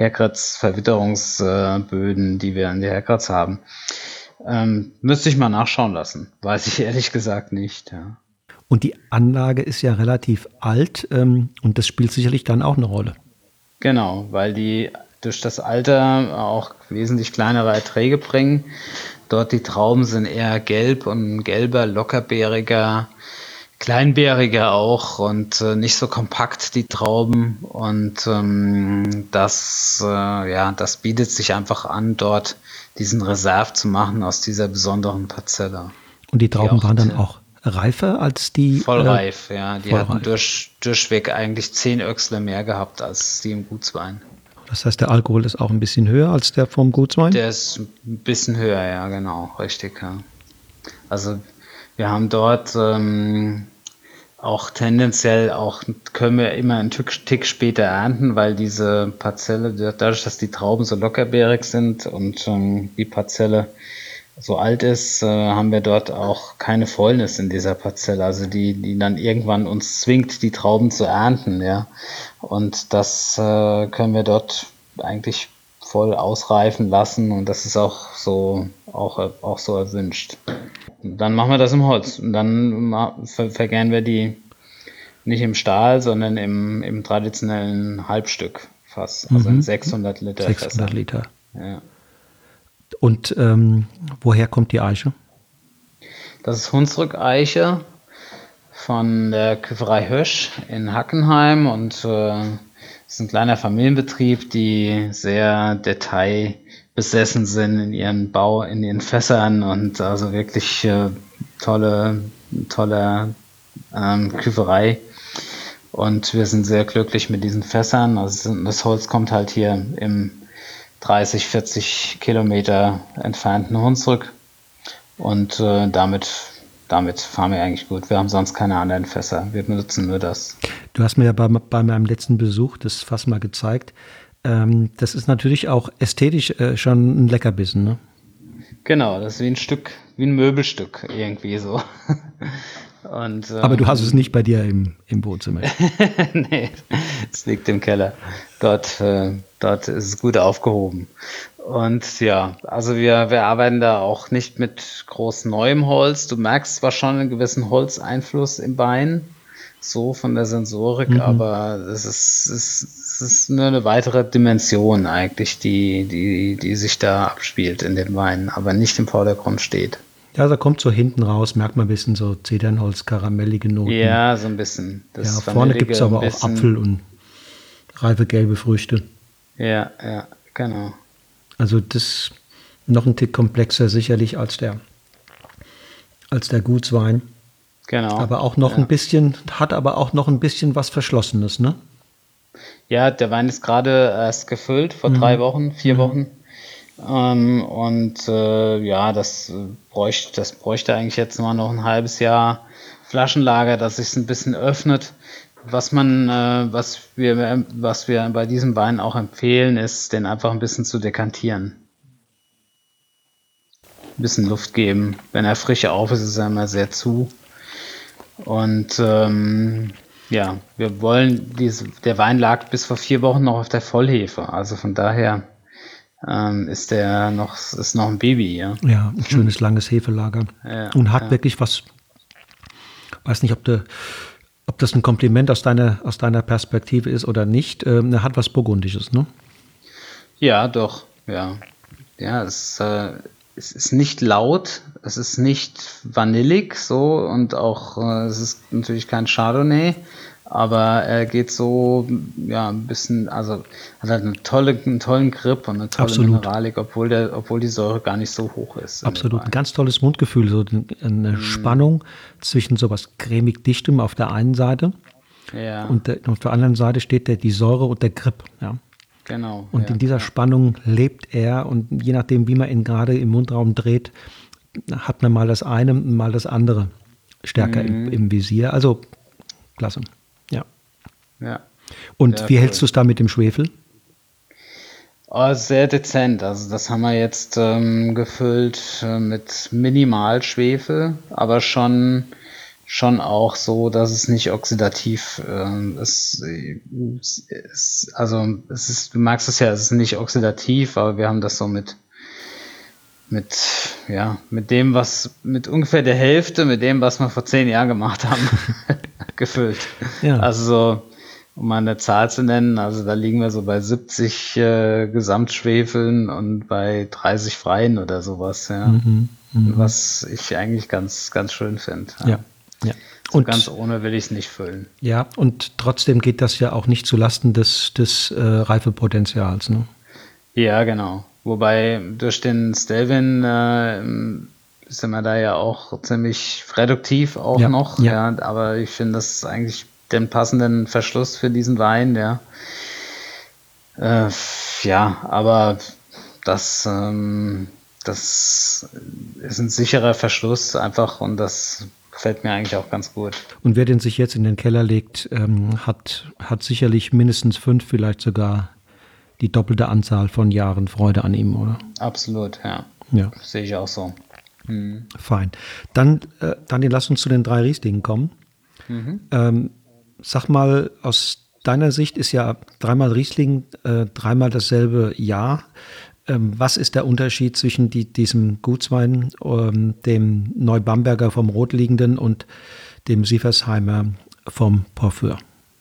Herkratz-Verwitterungsböden, die wir in der Herkratz haben. Ähm, müsste ich mal nachschauen lassen. Weiß ich ehrlich gesagt nicht. Ja.
Und die Anlage ist ja relativ alt ähm, und das spielt sicherlich dann auch eine Rolle.
Genau, weil die durch das Alter auch wesentlich kleinere Erträge bringen. Dort die Trauben sind eher gelb und gelber, lockerbeeriger, kleinbeeriger auch und äh, nicht so kompakt die Trauben. Und ähm, das, äh, ja, das bietet sich einfach an, dort diesen Reserve zu machen aus dieser besonderen Parzelle.
Und die Trauben
Die auch
waren dann
t-
auch reifer als die.
Vollreif, ja. Die
vollreif.
hatten durch, durchweg eigentlich zehn Öchsle mehr gehabt als die im Gutswein.
Das heißt, der Alkohol ist auch ein bisschen höher als der vom Gutswein?
Der ist ein bisschen höher, ja, genau, richtig, ja. Also wir haben dort ähm, auch tendenziell auch können wir immer einen Tick, Tick später ernten, weil diese Parzelle, dadurch, dass die Trauben so lockerbeerig sind und ähm, die Parzelle so alt ist, äh, haben wir dort auch keine Fäulnis in dieser Parzelle, also die, die dann irgendwann uns zwingt, die Trauben zu ernten, ja. Und das äh, können wir dort eigentlich voll ausreifen lassen und das ist auch so auch, auch so erwünscht. Und dann machen wir das im Holz und dann ma- ver vergären wir die nicht im Stahl, sondern im, im traditionellen Halbstückfass, also in
Mhm.
sechshundert Liter
sechshundert
Fässern.
Liter.
Ja.
Und ähm, woher kommt die Eiche?
Das ist Hunsrück-Eiche von der Küferei Hösch in Hackenheim und äh, es ist ein kleiner Familienbetrieb, die sehr detailbesessen sind in ihren Bau, in ihren Fässern und also wirklich äh, tolle, tolle ähm, Küferei. Und wir sind sehr glücklich mit diesen Fässern. Also das Holz kommt halt hier im dreißig, vierzig Kilometer entfernten Hunsrück und äh, damit, damit fahren wir eigentlich gut. Wir haben sonst keine anderen Fässer. Wir benutzen nur das.
Du hast mir ja bei, bei meinem letzten Besuch das Fass mal gezeigt. Ähm, das ist natürlich auch ästhetisch äh, schon ein Leckerbissen, ne?
Genau, das ist wie ein Stück, wie ein Möbelstück irgendwie so. Und, ähm,
Aber du hast es nicht bei dir im, im Wohnzimmer.
nee, es liegt im Keller. Dort, äh, dort ist es gut aufgehoben. Und ja, also wir, wir arbeiten da auch nicht mit groß neuem Holz. Du merkst zwar schon einen gewissen Holzeinfluss im Bein, so von der Sensorik,
Mhm.
aber es ist, es, es ist nur eine weitere Dimension eigentlich, die, die, die sich da abspielt in den Weinen, aber nicht im Vordergrund steht.
Ja, da kommt so hinten raus, merkt man ein bisschen so Zedernholz, karamellige Noten.
Ja, so ein bisschen. Das
ja, vorne
Vanillige
gibt es aber
ein
auch
bisschen-
Apfel und reife gelbe Früchte.
Ja, ja, genau.
Also das noch ein Tick komplexer sicherlich als der, als der Gutswein.
Genau.
Aber auch noch
ja.
ein bisschen, hat aber auch noch ein bisschen was Verschlossenes, ne?
Ja, der Wein ist gerade erst gefüllt, vor drei Wochen, vier Wochen. Ähm, und äh, ja, das äh, bräuchte, das bräuchte eigentlich jetzt mal noch ein halbes Jahr Flaschenlager, dass sich ein bisschen öffnet. Was man, äh, was wir, was wir bei diesem Wein auch empfehlen, ist, den einfach ein bisschen zu dekantieren. Ein bisschen Luft geben. Wenn er frisch auf ist, ist er immer sehr zu. Und ähm, ja, wir wollen, diese, der Wein lag bis vor vier Wochen noch auf der Vollhefe. Also von daher ähm, ist der noch, ist noch ein Baby, ja.
Ja, ein schönes langes Hefelager.
Ja,
und hat
ja.
wirklich was, weiß nicht, ob, de, ob das ein Kompliment aus deiner, aus deiner Perspektive ist oder nicht. Ähm, er hat was Burgundisches, ne?
Ja, doch, ja. Ja, es, äh, es ist nicht laut, es ist nicht vanillig so und auch, äh, es ist natürlich kein Chardonnay, aber er geht so, ja, ein bisschen, also hat halt eine tolle, einen tollen Grip und eine tolle
Absolut.
Mineralik, obwohl der, obwohl die Säure gar nicht so hoch ist.
Absolut, ein ganz tolles Mundgefühl, so eine mm. Spannung zwischen sowas cremig Dichtem auf der einen Seite
ja.
und der, auf der anderen Seite steht der, die Säure und der Grip, ja.
Genau.
Und
ja,
in dieser
ja.
Spannung lebt er und je nachdem, wie man ihn gerade im Mundraum dreht, hat man mal das eine, mal das andere stärker mm. im, im Visier. Also, klasse. Ja.
ja.
Und
Sehr
wie
cool.
hältst du es da mit dem Schwefel?
Oh, sehr dezent. Also das haben wir jetzt ähm, gefüllt äh, mit minimal Schwefel, aber schon, schon auch so, dass es nicht oxidativ äh, ist. ist. Also es ist, du merkst es ja, es ist nicht oxidativ, aber wir haben das so mit mit ja mit dem, was mit ungefähr der Hälfte, mit dem, was wir vor zehn Jahren gemacht haben, gefüllt. Ja. Also so, um mal eine Zahl zu nennen, also da liegen wir so bei siebzig äh, Gesamtschwefeln und bei dreißig freien oder sowas, ja. Mhm, was ich eigentlich ganz, ganz schön finde. Ja.
ja, ja.
So
und
ganz ohne will ich es nicht füllen.
Ja, und trotzdem geht das ja auch nicht zulasten des, des äh, Reifepotenzials, ne?
Ja, genau. Wobei durch den Stelvin äh, sind wir da ja auch ziemlich reduktiv auch
ja,
noch,
ja.
ja, aber ich finde das ist eigentlich den passenden Verschluss für diesen Wein, ja. Äh, ja, aber das, ähm, das ist ein sicherer Verschluss einfach und das gefällt mir eigentlich auch ganz gut.
Und wer den sich jetzt in den Keller legt, ähm, hat, hat sicherlich mindestens fünf, vielleicht sogar die doppelte Anzahl von Jahren Freude an ihm, oder?
Absolut, ja.
Ja.
Sehe ich auch so.
Hm. Fein. Dann, äh, Daniel, lass uns zu den drei Rieslingen kommen. Mhm. Ähm, Sag mal, aus deiner Sicht ist ja dreimal Riesling, äh, dreimal dasselbe Jahr. Ähm, was ist der Unterschied zwischen die, diesem Gutswein, ähm, dem Neubamberger vom Rotliegenden und dem Sieversheimer vom Porphyr?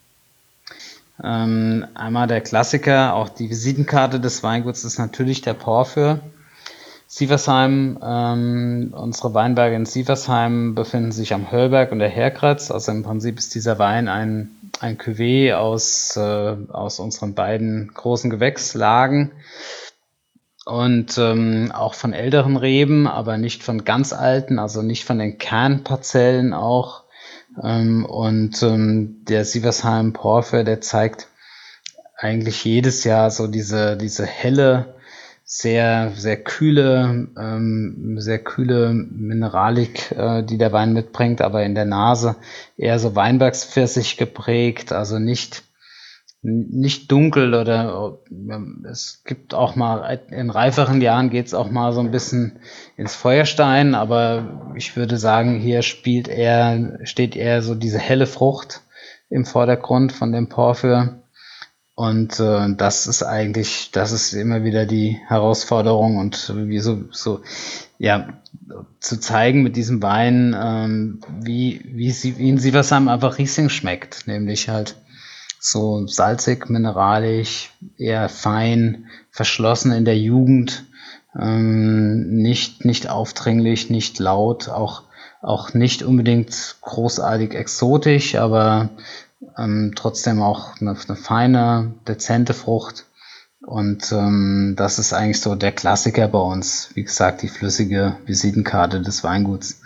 Ähm, einmal der Klassiker, auch die Visitenkarte des Weinguts ist natürlich der Porphyr. Sieversheim, ähm, unsere Weinberge in Sieversheim befinden sich am Höllberg und der Herkratz. Also im Prinzip ist dieser Wein ein, ein Cuvée aus, äh, aus unseren beiden großen Gewächslagen und ähm, auch von älteren Reben, aber nicht von ganz alten, also nicht von den Kernparzellen auch. Ähm, und ähm, der Sieversheim Porphyr, der zeigt eigentlich jedes Jahr so diese, diese helle, sehr, sehr kühle, ähm, sehr kühle Mineralik, äh, die der Wein mitbringt, aber in der Nase eher so Weinbergspfirsich geprägt, also nicht, nicht dunkel oder äh, es gibt auch mal, in reiferen Jahren geht's auch mal so ein bisschen ins Feuerstein, aber ich würde sagen, hier spielt eher, steht eher so diese helle Frucht im Vordergrund von dem Porphyr. Und äh, das ist eigentlich, das ist immer wieder die Herausforderung und wie so, so ja, zu zeigen mit diesem Wein, ähm, wie, wie, sie, wie in Sieversheim einfach Riesling schmeckt, nämlich halt so salzig, mineralisch, eher fein, verschlossen in der Jugend, ähm, nicht, nicht aufdringlich, nicht laut, auch, auch nicht unbedingt großartig exotisch, aber Ähm, trotzdem auch eine, eine feine, dezente Frucht. Und ähm, das ist eigentlich so der Klassiker bei uns. Wie gesagt, die flüssige Visitenkarte des Weinguts.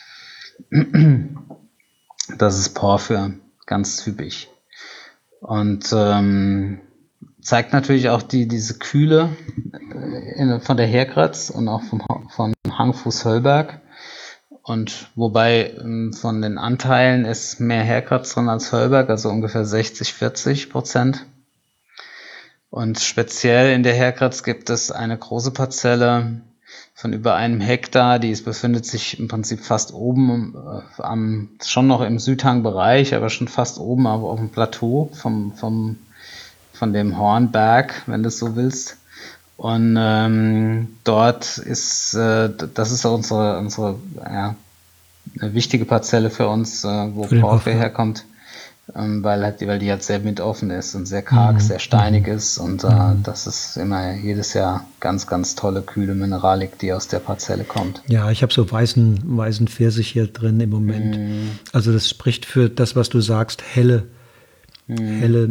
Das ist Porphyr, ganz typisch. Und ähm, zeigt natürlich auch die diese Kühle in, von der Herkratz und auch vom, von Hangfuß Höllberg. Und wobei ähm, von den Anteilen ist mehr Herkratz drin als Höllberg, also ungefähr sechzig, vierzig Prozent. Und speziell in der Herkratz gibt es eine große Parzelle von über einem Hektar, die ist, befindet sich im Prinzip fast oben, äh, am, schon noch im Südhangbereich, aber schon fast oben auf, auf dem Plateau vom, vom, von dem Hornberg, wenn du es so willst. Und ähm, dort ist, äh, das ist unsere, unsere ja, eine wichtige Parzelle für uns, äh, wo Porphyr herkommt, ähm, weil, halt, weil die halt sehr windoffen ist und sehr karg, mhm. sehr steinig ist. Und äh, mhm. das ist immer jedes Jahr ganz, ganz tolle, kühle Mineralik, die aus der Parzelle kommt.
Ja, ich habe so weißen, weißen Pfirsich hier drin im Moment. Mhm. Also das spricht für das, was du sagst, helle, hm. helle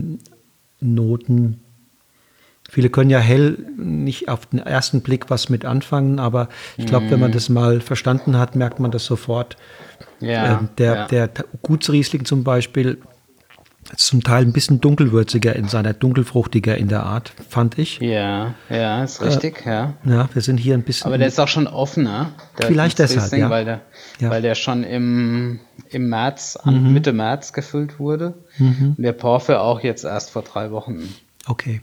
Noten. Viele können ja hell nicht auf den ersten Blick was mit anfangen, aber ich glaube, hm. wenn man das mal verstanden hat, merkt man das sofort.
Ja,
ähm, der,
ja.
der Gutsriesling zum Beispiel ist zum Teil ein bisschen dunkelwürziger in seiner, dunkelfruchtiger in der Art, fand ich.
Ja, ja, ist richtig, äh, ja.
Ja, wir sind hier ein bisschen...
Aber der ist auch schon offener. Der
vielleicht deshalb, ja.
Weil der,
ja.
weil der schon im, im März, mhm. Mitte März gefüllt wurde.
Mhm.
Und der Porphyr auch jetzt erst vor drei Wochen.
Okay.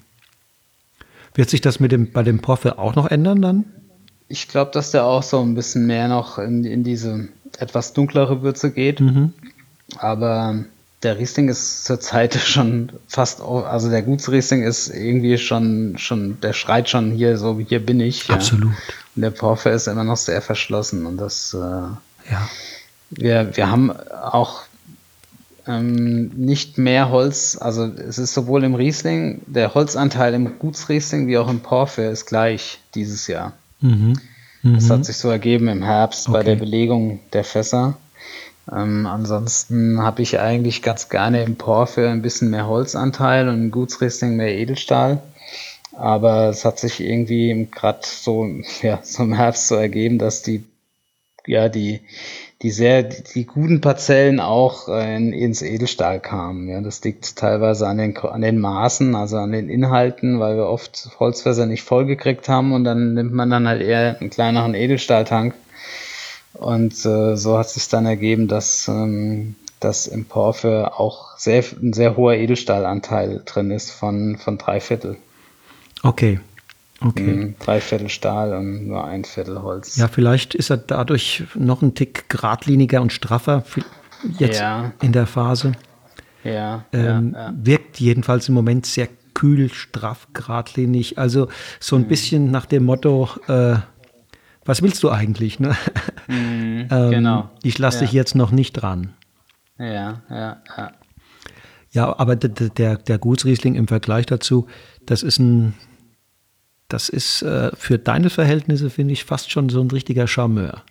Wird sich das mit dem, bei dem Porphyr auch noch ändern dann?
Ich glaube, dass der auch so ein bisschen mehr noch in, in diese etwas dunklere Würze geht.
Mhm.
Aber der Riesling ist zurzeit schon fast, also der Gutsriesling ist irgendwie schon, schon, der schreit schon hier so, hier bin ich.
Absolut.
Ja. Und der Porphyr ist immer noch sehr verschlossen. Und das, äh,
ja.
wir, wir haben auch ähm, nicht mehr Holz, also es ist sowohl im Riesling, der Holzanteil im Gutsriesling wie auch im Porphyr ist gleich dieses Jahr.
Mhm. Mhm.
Das hat sich so ergeben im Herbst
okay.
bei der Belegung der Fässer. Ähm, ansonsten habe ich eigentlich ganz gerne im Porphyr ein bisschen mehr Holzanteil und im Gutsriesling mehr Edelstahl. Aber es hat sich irgendwie gerade so, ja, so im Herbst so ergeben, dass die, ja, die, die sehr, die, die guten Parzellen auch äh, in, ins Edelstahl kamen. Ja, das liegt teilweise an den, an den Maßen, also an den Inhalten, weil wir oft Holzfässer nicht vollgekriegt haben und dann nimmt man dann halt eher einen kleineren Edelstahltank. Und äh, so hat sich dann ergeben, dass, ähm, dass im Porphyr auch sehr, ein sehr hoher Edelstahlanteil drin ist von, von drei Viertel.
Okay. Okay.
Mhm, drei Viertel Stahl und nur ein Viertel Holz.
Ja, vielleicht ist er dadurch noch ein Tick geradliniger und straffer jetzt
ja.
in der Phase.
Ja,
ähm,
ja, ja.
Wirkt jedenfalls im Moment sehr kühl, straff, geradlinig. Also so ein mhm. bisschen nach dem Motto, äh, was willst du eigentlich? Ne?
Mhm,
ähm,
genau.
Ich lasse
ja.
dich jetzt noch nicht dran.
Ja, ja, ja.
Ja, aber der, der, der Gutsriesling im Vergleich dazu, das ist ein, das ist äh, für deine Verhältnisse, finde ich, fast schon so ein richtiger Charmeur.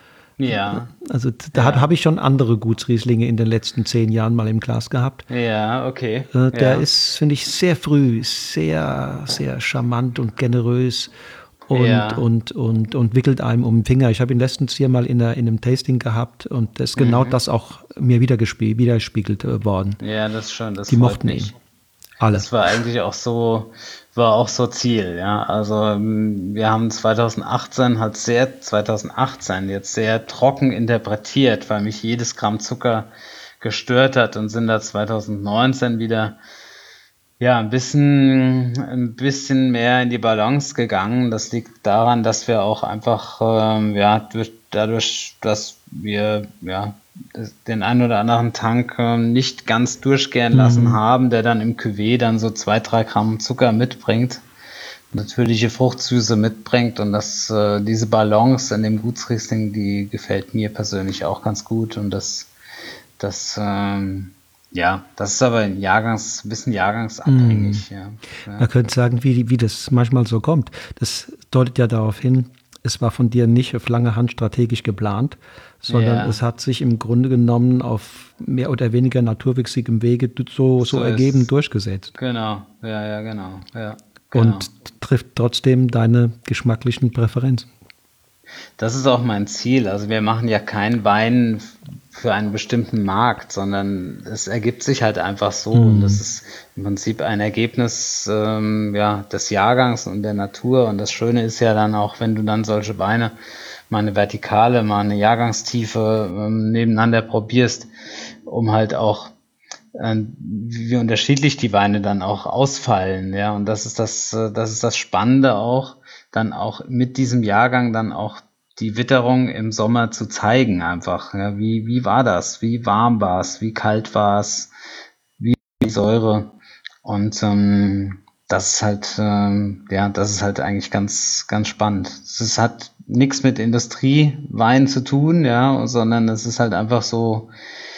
Ja.
Also da
ja.
habe ich schon andere Gutsrieslinge in den letzten zehn Jahren mal im Glas gehabt.
Ja, okay.
Äh, der
ja.
ist, finde ich, sehr früh, sehr, sehr charmant und generös. Und,
ja.
und, und, und wickelt einem um den Finger. Ich habe ihn letztens hier mal in, der, in einem Tasting gehabt und das ist genau
mhm.
das auch mir wiedergespiegelt, widerspiegelt äh, worden.
Ja, das schon. Das
Die mochten mich. ihn. Alle.
Das war eigentlich auch so, war auch so Ziel, ja. Also wir haben zwanzig achtzehn halt sehr, zwanzig achtzehn jetzt sehr trocken interpretiert, weil mich jedes Gramm Zucker gestört hat und sind da zwanzig neunzehn wieder ja, ein bisschen, ein bisschen mehr in die Balance gegangen. Das liegt daran, dass wir auch einfach, ähm, ja, durch, dadurch, dass wir, ja, den einen oder anderen Tank ähm, nicht ganz durchgären lassen mhm. haben, der dann im Cuvée dann so zwei, drei Gramm Zucker mitbringt, natürliche Fruchtsüße mitbringt und das, äh, diese Balance in dem Gutsriesling, die gefällt mir persönlich auch ganz gut und das, das, ähm, ja, das ist aber ein Jahrgangs, ein bisschen jahrgangsabhängig. Mm. Ja. Ja.
Man könnte sagen, wie, wie das manchmal so kommt. Das deutet ja darauf hin, es war von dir nicht auf lange Hand strategisch geplant, sondern ja. es hat sich im Grunde genommen auf mehr oder weniger naturwüchsigem Wege so, so, so ergeben durchgesetzt.
Genau, ja, ja, genau. Ja, genau.
Und trifft trotzdem deine geschmacklichen Präferenzen.
Das ist auch mein Ziel. Also wir machen ja keinen Wein für einen bestimmten Markt, sondern es ergibt sich halt einfach so. Mhm. Und das ist im Prinzip ein Ergebnis ähm, ja, des Jahrgangs und der Natur. Und das Schöne ist ja dann auch, wenn du dann solche Weine, mal eine Vertikale, mal eine Jahrgangstiefe ähm, nebeneinander probierst, um halt auch äh, wie unterschiedlich die Weine dann auch ausfallen. Ja, und das ist das, äh, das ist das Spannende auch, dann auch mit diesem Jahrgang dann auch die Witterung im Sommer zu zeigen einfach. Ja, wie, wie war das? Wie warm war es? Wie kalt war es? Wie die Säure? Und ähm, das ist halt, ähm, ja, das ist halt eigentlich ganz, ganz spannend. Es hat nichts mit Industriewein zu tun, ja, sondern es ist halt einfach so,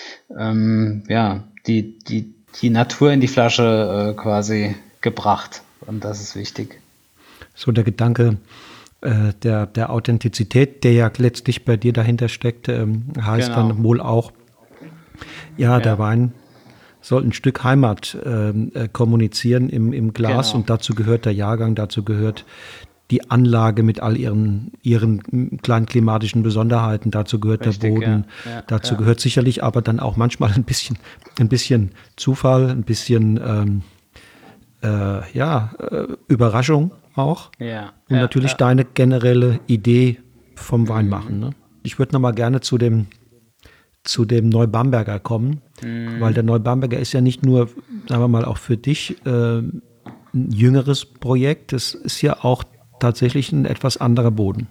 ähm, ja, die, die, die Natur in die Flasche äh, quasi gebracht. Und das ist wichtig.
So der Gedanke äh, der, der Authentizität, der ja letztlich bei dir dahinter steckt, ähm, heißt genau. dann wohl auch, ja, ja, der Wein soll ein Stück Heimat ähm, äh, kommunizieren im, im Glas
Genau.
und dazu gehört der Jahrgang, dazu gehört die Anlage mit all ihren, ihren kleinen klimatischen Besonderheiten, dazu gehört
Richtig,
der Boden,
ja, ja,
dazu
ja.
gehört sicherlich aber dann auch manchmal ein bisschen, ein bisschen Zufall, ein bisschen ähm, äh, ja, äh, Überraschung auch
Ja,
und
ja,
natürlich
ja.
deine generelle Idee vom Weinmachen. Ne? Ich würde noch mal gerne zu dem, zu dem Neubamberger kommen, weil der Neubamberger ist ja nicht nur, sagen wir mal, auch für dich äh, ein jüngeres Projekt, es ist ja auch tatsächlich ein etwas anderer Boden.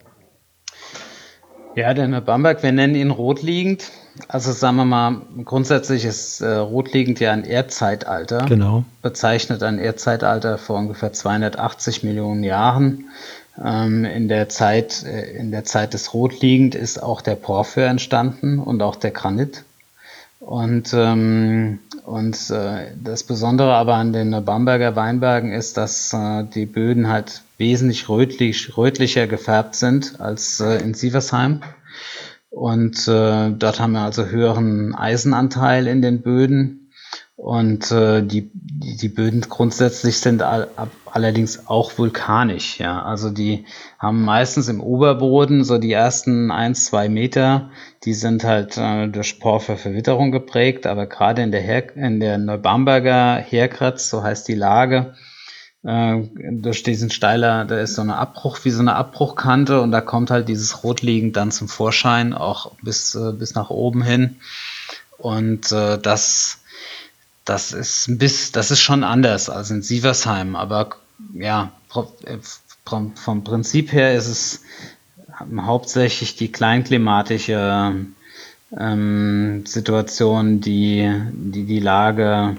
Ja, der Bamberg, wir nennen ihn rotliegend. Also sagen wir mal, grundsätzlich ist äh, rotliegend ja ein Erdzeitalter,
Genau.
bezeichnet ein Erdzeitalter vor ungefähr zweihundertachtzig Millionen Jahren. Ähm, in der Zeit, äh, in der Zeit des Rotliegend ist auch der Porphyr entstanden und auch der Granit. Und, ähm, und äh, das Besondere aber an den Bamberger Weinbergen ist, dass äh, die Böden halt wesentlich rötlich, rötlicher gefärbt sind als äh, in Sieversheim. Und äh, dort haben wir also höheren Eisenanteil in den Böden. Und äh, die, die, die Böden grundsätzlich sind all, allerdings auch vulkanisch. Ja, also die haben meistens im Oberboden so die ersten ein, zwei Meter, die sind halt äh, durch Porphyrverwitterung geprägt. Aber gerade in der, Her in der Neubamberger Herkratz, so heißt die Lage, äh, durch diesen Steiler, da ist so eine Abbruch, wie so eine Abbruchkante und da kommt halt dieses Rotliegend dann zum Vorschein, auch bis, äh, bis nach oben hin. Und äh, das, das ist ein bisschen, das ist schon anders als in Sieversheim, aber ja, vom, vom Prinzip her ist es hauptsächlich die kleinklimatische ähm, Situation, die, die die Lage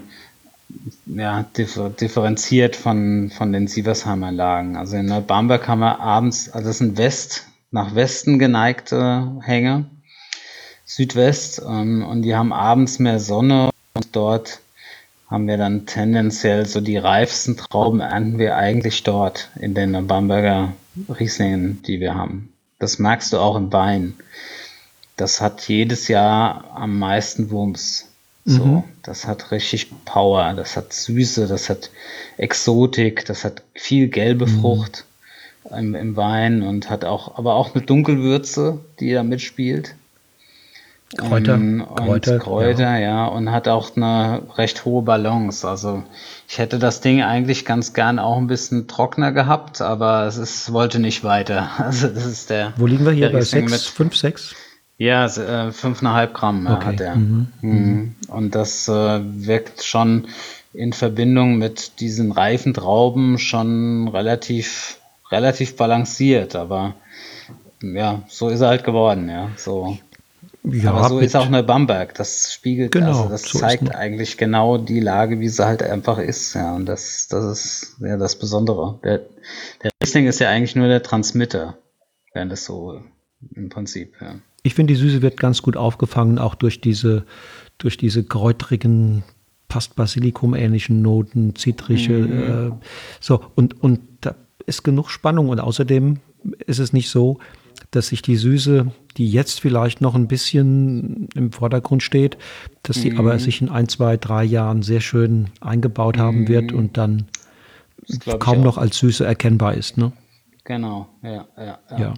ja, differ, differenziert von, von den Sieversheimer Lagen. Also in Neubamberg haben wir abends, also das sind West, nach Westen geneigte Hänge, Südwest, ähm, und die haben abends mehr Sonne und dort haben wir dann tendenziell so die reifsten Trauben ernten wir eigentlich dort in den Neubamberger Rieslingen, die wir haben. Das merkst du auch im Wein. Das hat jedes Jahr am meisten Wumms. So, mhm. Das hat richtig Power, das hat Süße, das hat Exotik, das hat viel gelbe mhm. Frucht im, im Wein und hat auch, aber auch eine Dunkelwürze, die da mitspielt.
Kräuter,
ähm, und
Kräuter,
Kräuter, ja. ja, und hat auch eine recht hohe Balance. Also ich hätte das Ding eigentlich ganz gern auch ein bisschen trockener gehabt, aber es ist, wollte nicht weiter. Also das ist der.
Wo liegen wir hier bei sechs, fünf, sechs?
Ja, äh, fünfeinhalb Gramm ja, okay. hat er. Mhm. Mhm. Und das äh, wirkt schon in Verbindung mit diesen reifen Trauben schon relativ, relativ balanciert, aber ja, so ist er halt geworden, ja. So. Ja, aber so ist auch Neubamberg. Das spiegelt, genau, also das so zeigt eigentlich genau die Lage, wie sie halt einfach ist, ja. Und das, das ist ja das Besondere. Der, der Riesling ist ja eigentlich nur der Transmitter, während das so im Prinzip, ja.
Ich finde, die Süße wird ganz gut aufgefangen, auch durch diese, durch diese kräutrigen, fast Basilikum-ähnlichen Noten, zitrische. Mhm. Äh, so, und, und da ist genug Spannung. Und außerdem ist es nicht so, dass sich die Süße, die jetzt vielleicht noch ein bisschen im Vordergrund steht, dass die mhm. aber sich in ein, zwei, drei Jahren sehr schön eingebaut mhm. haben wird und dann kaum noch als Süße erkennbar ist. Ne?
Genau, ja, ja, ja.
ja.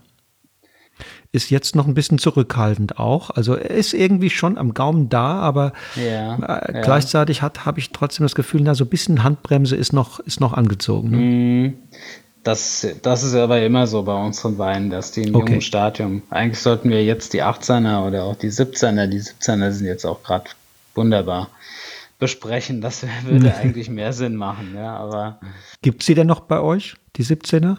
Ist jetzt noch ein bisschen zurückhaltend auch. Also er ist irgendwie schon am Gaumen da, aber
ja,
äh,
ja.
gleichzeitig habe ich trotzdem das Gefühl, na, so ein bisschen Handbremse ist noch, ist noch angezogen. Ne?
Mhm. Das, das ist aber immer so bei unseren Weinen, dass die im okay. jungen Stadium, eigentlich sollten wir jetzt die achtzehner oder auch die siebzehner, die siebzehner sind jetzt auch gerade wunderbar, besprechen. Das würde eigentlich mehr Sinn machen. Ja, aber
gibt es die denn noch bei euch, die siebzehner?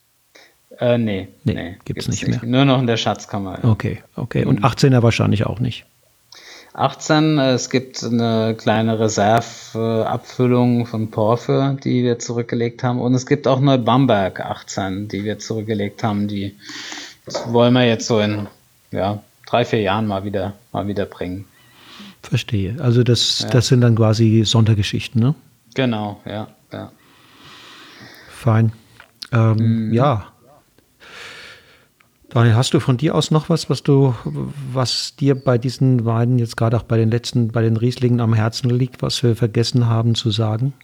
Äh, nee,
nee,
nee
gibt es nicht, nicht mehr.
Nur noch in der Schatzkammer. Ja.
Okay, okay. Und achtzehner wahrscheinlich auch nicht.
achtzehn, es gibt eine kleine Reserveabfüllung von Porphyr, die wir zurückgelegt haben. Und es gibt auch Neubamberg achtzehn, die wir zurückgelegt haben. Die wollen wir jetzt so in ja, drei, vier Jahren mal wieder, mal wieder bringen.
Verstehe. Also das, ja. das sind dann quasi Sondergeschichten, ne?
Genau, ja. ja.
Fein. Ähm, mhm. Ja. Daniel, hast du von dir aus noch was, was du, was dir bei diesen Weinen jetzt gerade auch bei den letzten, bei den Rieslingen am Herzen liegt, was wir vergessen haben zu sagen?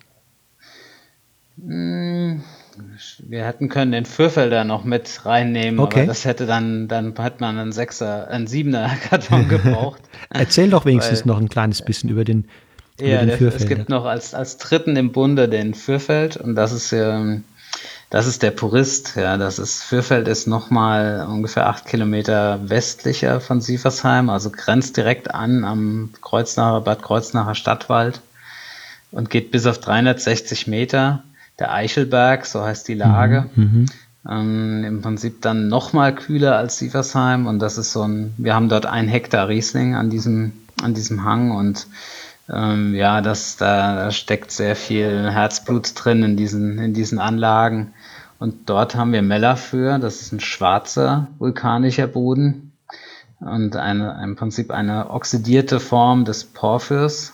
Wir hätten können den Fürfelder noch mit reinnehmen,
okay.
aber das hätte dann, dann hätte man einen Sechser, einen Siebener Karton gebraucht.
Erzähl doch wenigstens Weil, noch ein kleines bisschen über den, über
ja,
den
der,
Fürfelder.
Es gibt noch als, als dritten im Bunde den Fürfeld und das ist ähm, das ist der Purist. Ja, das ist Fürfeld ist nochmal ungefähr acht Kilometer westlicher von Sieversheim, also grenzt direkt an am Kreuznacher, Bad Kreuznacher Stadtwald und geht bis auf dreihundertsechzig Meter. Der Eichelberg, so heißt die Lage. Mhm, ähm, im Prinzip dann nochmal kühler als Sieversheim und das ist so ein, wir haben dort ein Hektar Riesling an diesem, an diesem Hang und ähm, ja, das, da, da steckt sehr viel Herzblut drin in diesen, in diesen Anlagen und dort haben wir Mellafür, das ist ein schwarzer vulkanischer Boden und eine, im Prinzip eine oxidierte Form des Porphyrs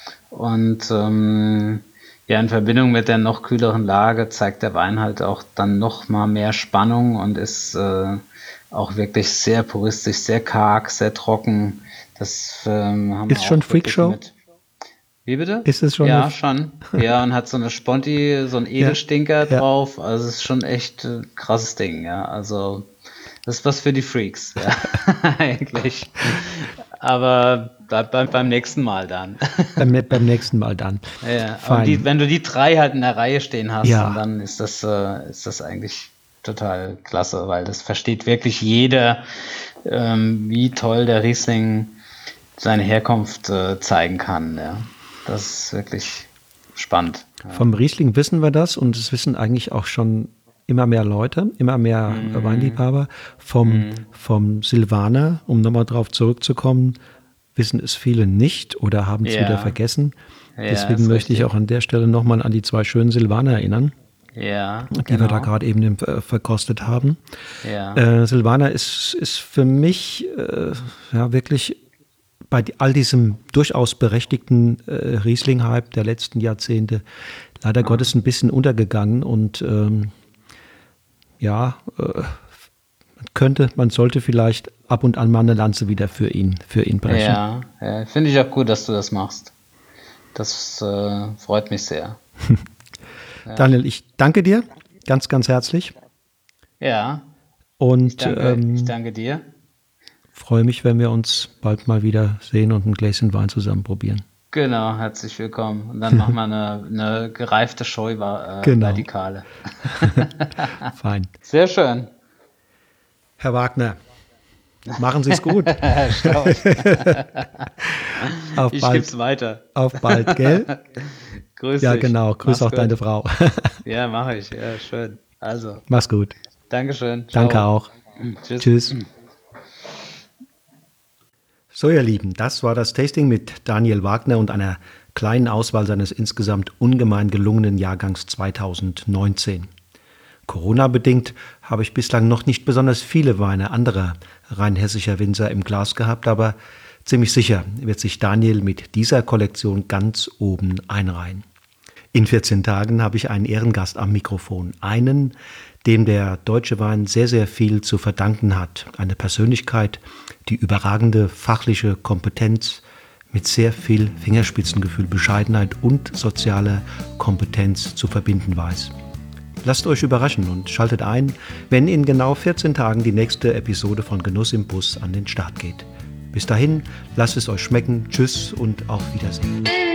und ähm, ja, in Verbindung mit der noch kühleren Lage zeigt der Wein halt auch dann noch mal mehr Spannung und ist äh, auch wirklich sehr puristisch, sehr karg, sehr trocken. Das ähm, haben
ist
wir
schon
auch
Freakshow?
Mit. Wie bitte?
Ist es schon?
Ja,
eine...
schon. Ja, und hat so eine Sponti, so ein Edelstinker ja, drauf. Also es ist schon echt ein äh, krasses Ding, ja. Also das ist was für die Freaks, ja. Eigentlich. Aber beim, beim nächsten Mal dann.
Beim, beim nächsten Mal dann.
Ja, aber die, wenn du die drei halt in der Reihe stehen hast, ja. dann ist das, äh, ist das eigentlich total klasse, weil das versteht wirklich jeder, ähm, wie toll der Riesling seine Herkunft äh, zeigen kann. Ja. Das ist wirklich spannend.
Ja. Vom Riesling wissen wir das und es wissen eigentlich auch schon immer mehr Leute, immer mehr mm. Weinliebhaber. Vom, mm. vom Silvaner, um nochmal drauf zurückzukommen, wissen es viele nicht oder haben es ja. wieder vergessen. Ja, Deswegen möchte richtig. ich auch an der Stelle nochmal an die zwei schönen Silvaner erinnern,
ja,
die
genau.
wir da gerade eben äh, verkostet haben.
Ja.
Äh, Silvaner ist, ist für mich äh, ja wirklich bei all diesem durchaus berechtigten äh, Riesling-Hype der letzten Jahrzehnte leider ja. Gottes ein bisschen untergegangen und ähm, ja, äh, man könnte, man sollte vielleicht ab und an mal eine Lanze wieder für ihn, für ihn brechen.
Ja, ja finde ich auch gut, dass du das machst. Das äh, freut mich sehr.
ja. Daniel, ich danke dir ganz, ganz herzlich.
Ja.
Und
ich danke,
ähm,
ich danke dir.
Freue mich, wenn wir uns bald mal wieder sehen und ein Gläschen Wein zusammen probieren.
Genau, herzlich willkommen. Und dann machen wir eine, eine gereifte Scheu-Radikale.
Genau. Fein.
Sehr schön.
Herr Wagner, machen Sie es gut. Auf
ich
bald.
Gib's weiter.
Auf bald, gell?
Grüß
ja,
dich.
Ja, genau. Grüß Mach's auch gut. Deine Frau.
Ja, mache ich. Ja, schön. Also.
Mach's gut.
Dankeschön. Ciao.
Danke auch.
Tschüss.
Tschüss. So, ihr Lieben, das war das Tasting mit Daniel Wagner und einer kleinen Auswahl seines insgesamt ungemein gelungenen Jahrgangs zweitausendneunzehn. Corona-bedingt habe ich bislang noch nicht besonders viele Weine anderer rheinhessischer Winzer im Glas gehabt, aber ziemlich sicher wird sich Daniel mit dieser Kollektion ganz oben einreihen. In vierzehn Tagen habe ich einen Ehrengast am Mikrofon, einen, dem der deutsche Wein sehr, sehr viel zu verdanken hat. Eine Persönlichkeit, die überragende fachliche Kompetenz mit sehr viel Fingerspitzengefühl, Bescheidenheit und sozialer Kompetenz zu verbinden weiß. Lasst euch überraschen und schaltet ein, wenn in genau vierzehn Tagen die nächste Episode von Genuss im Bus an den Start geht. Bis dahin, lasst es euch schmecken. Tschüss und auf Wiedersehen.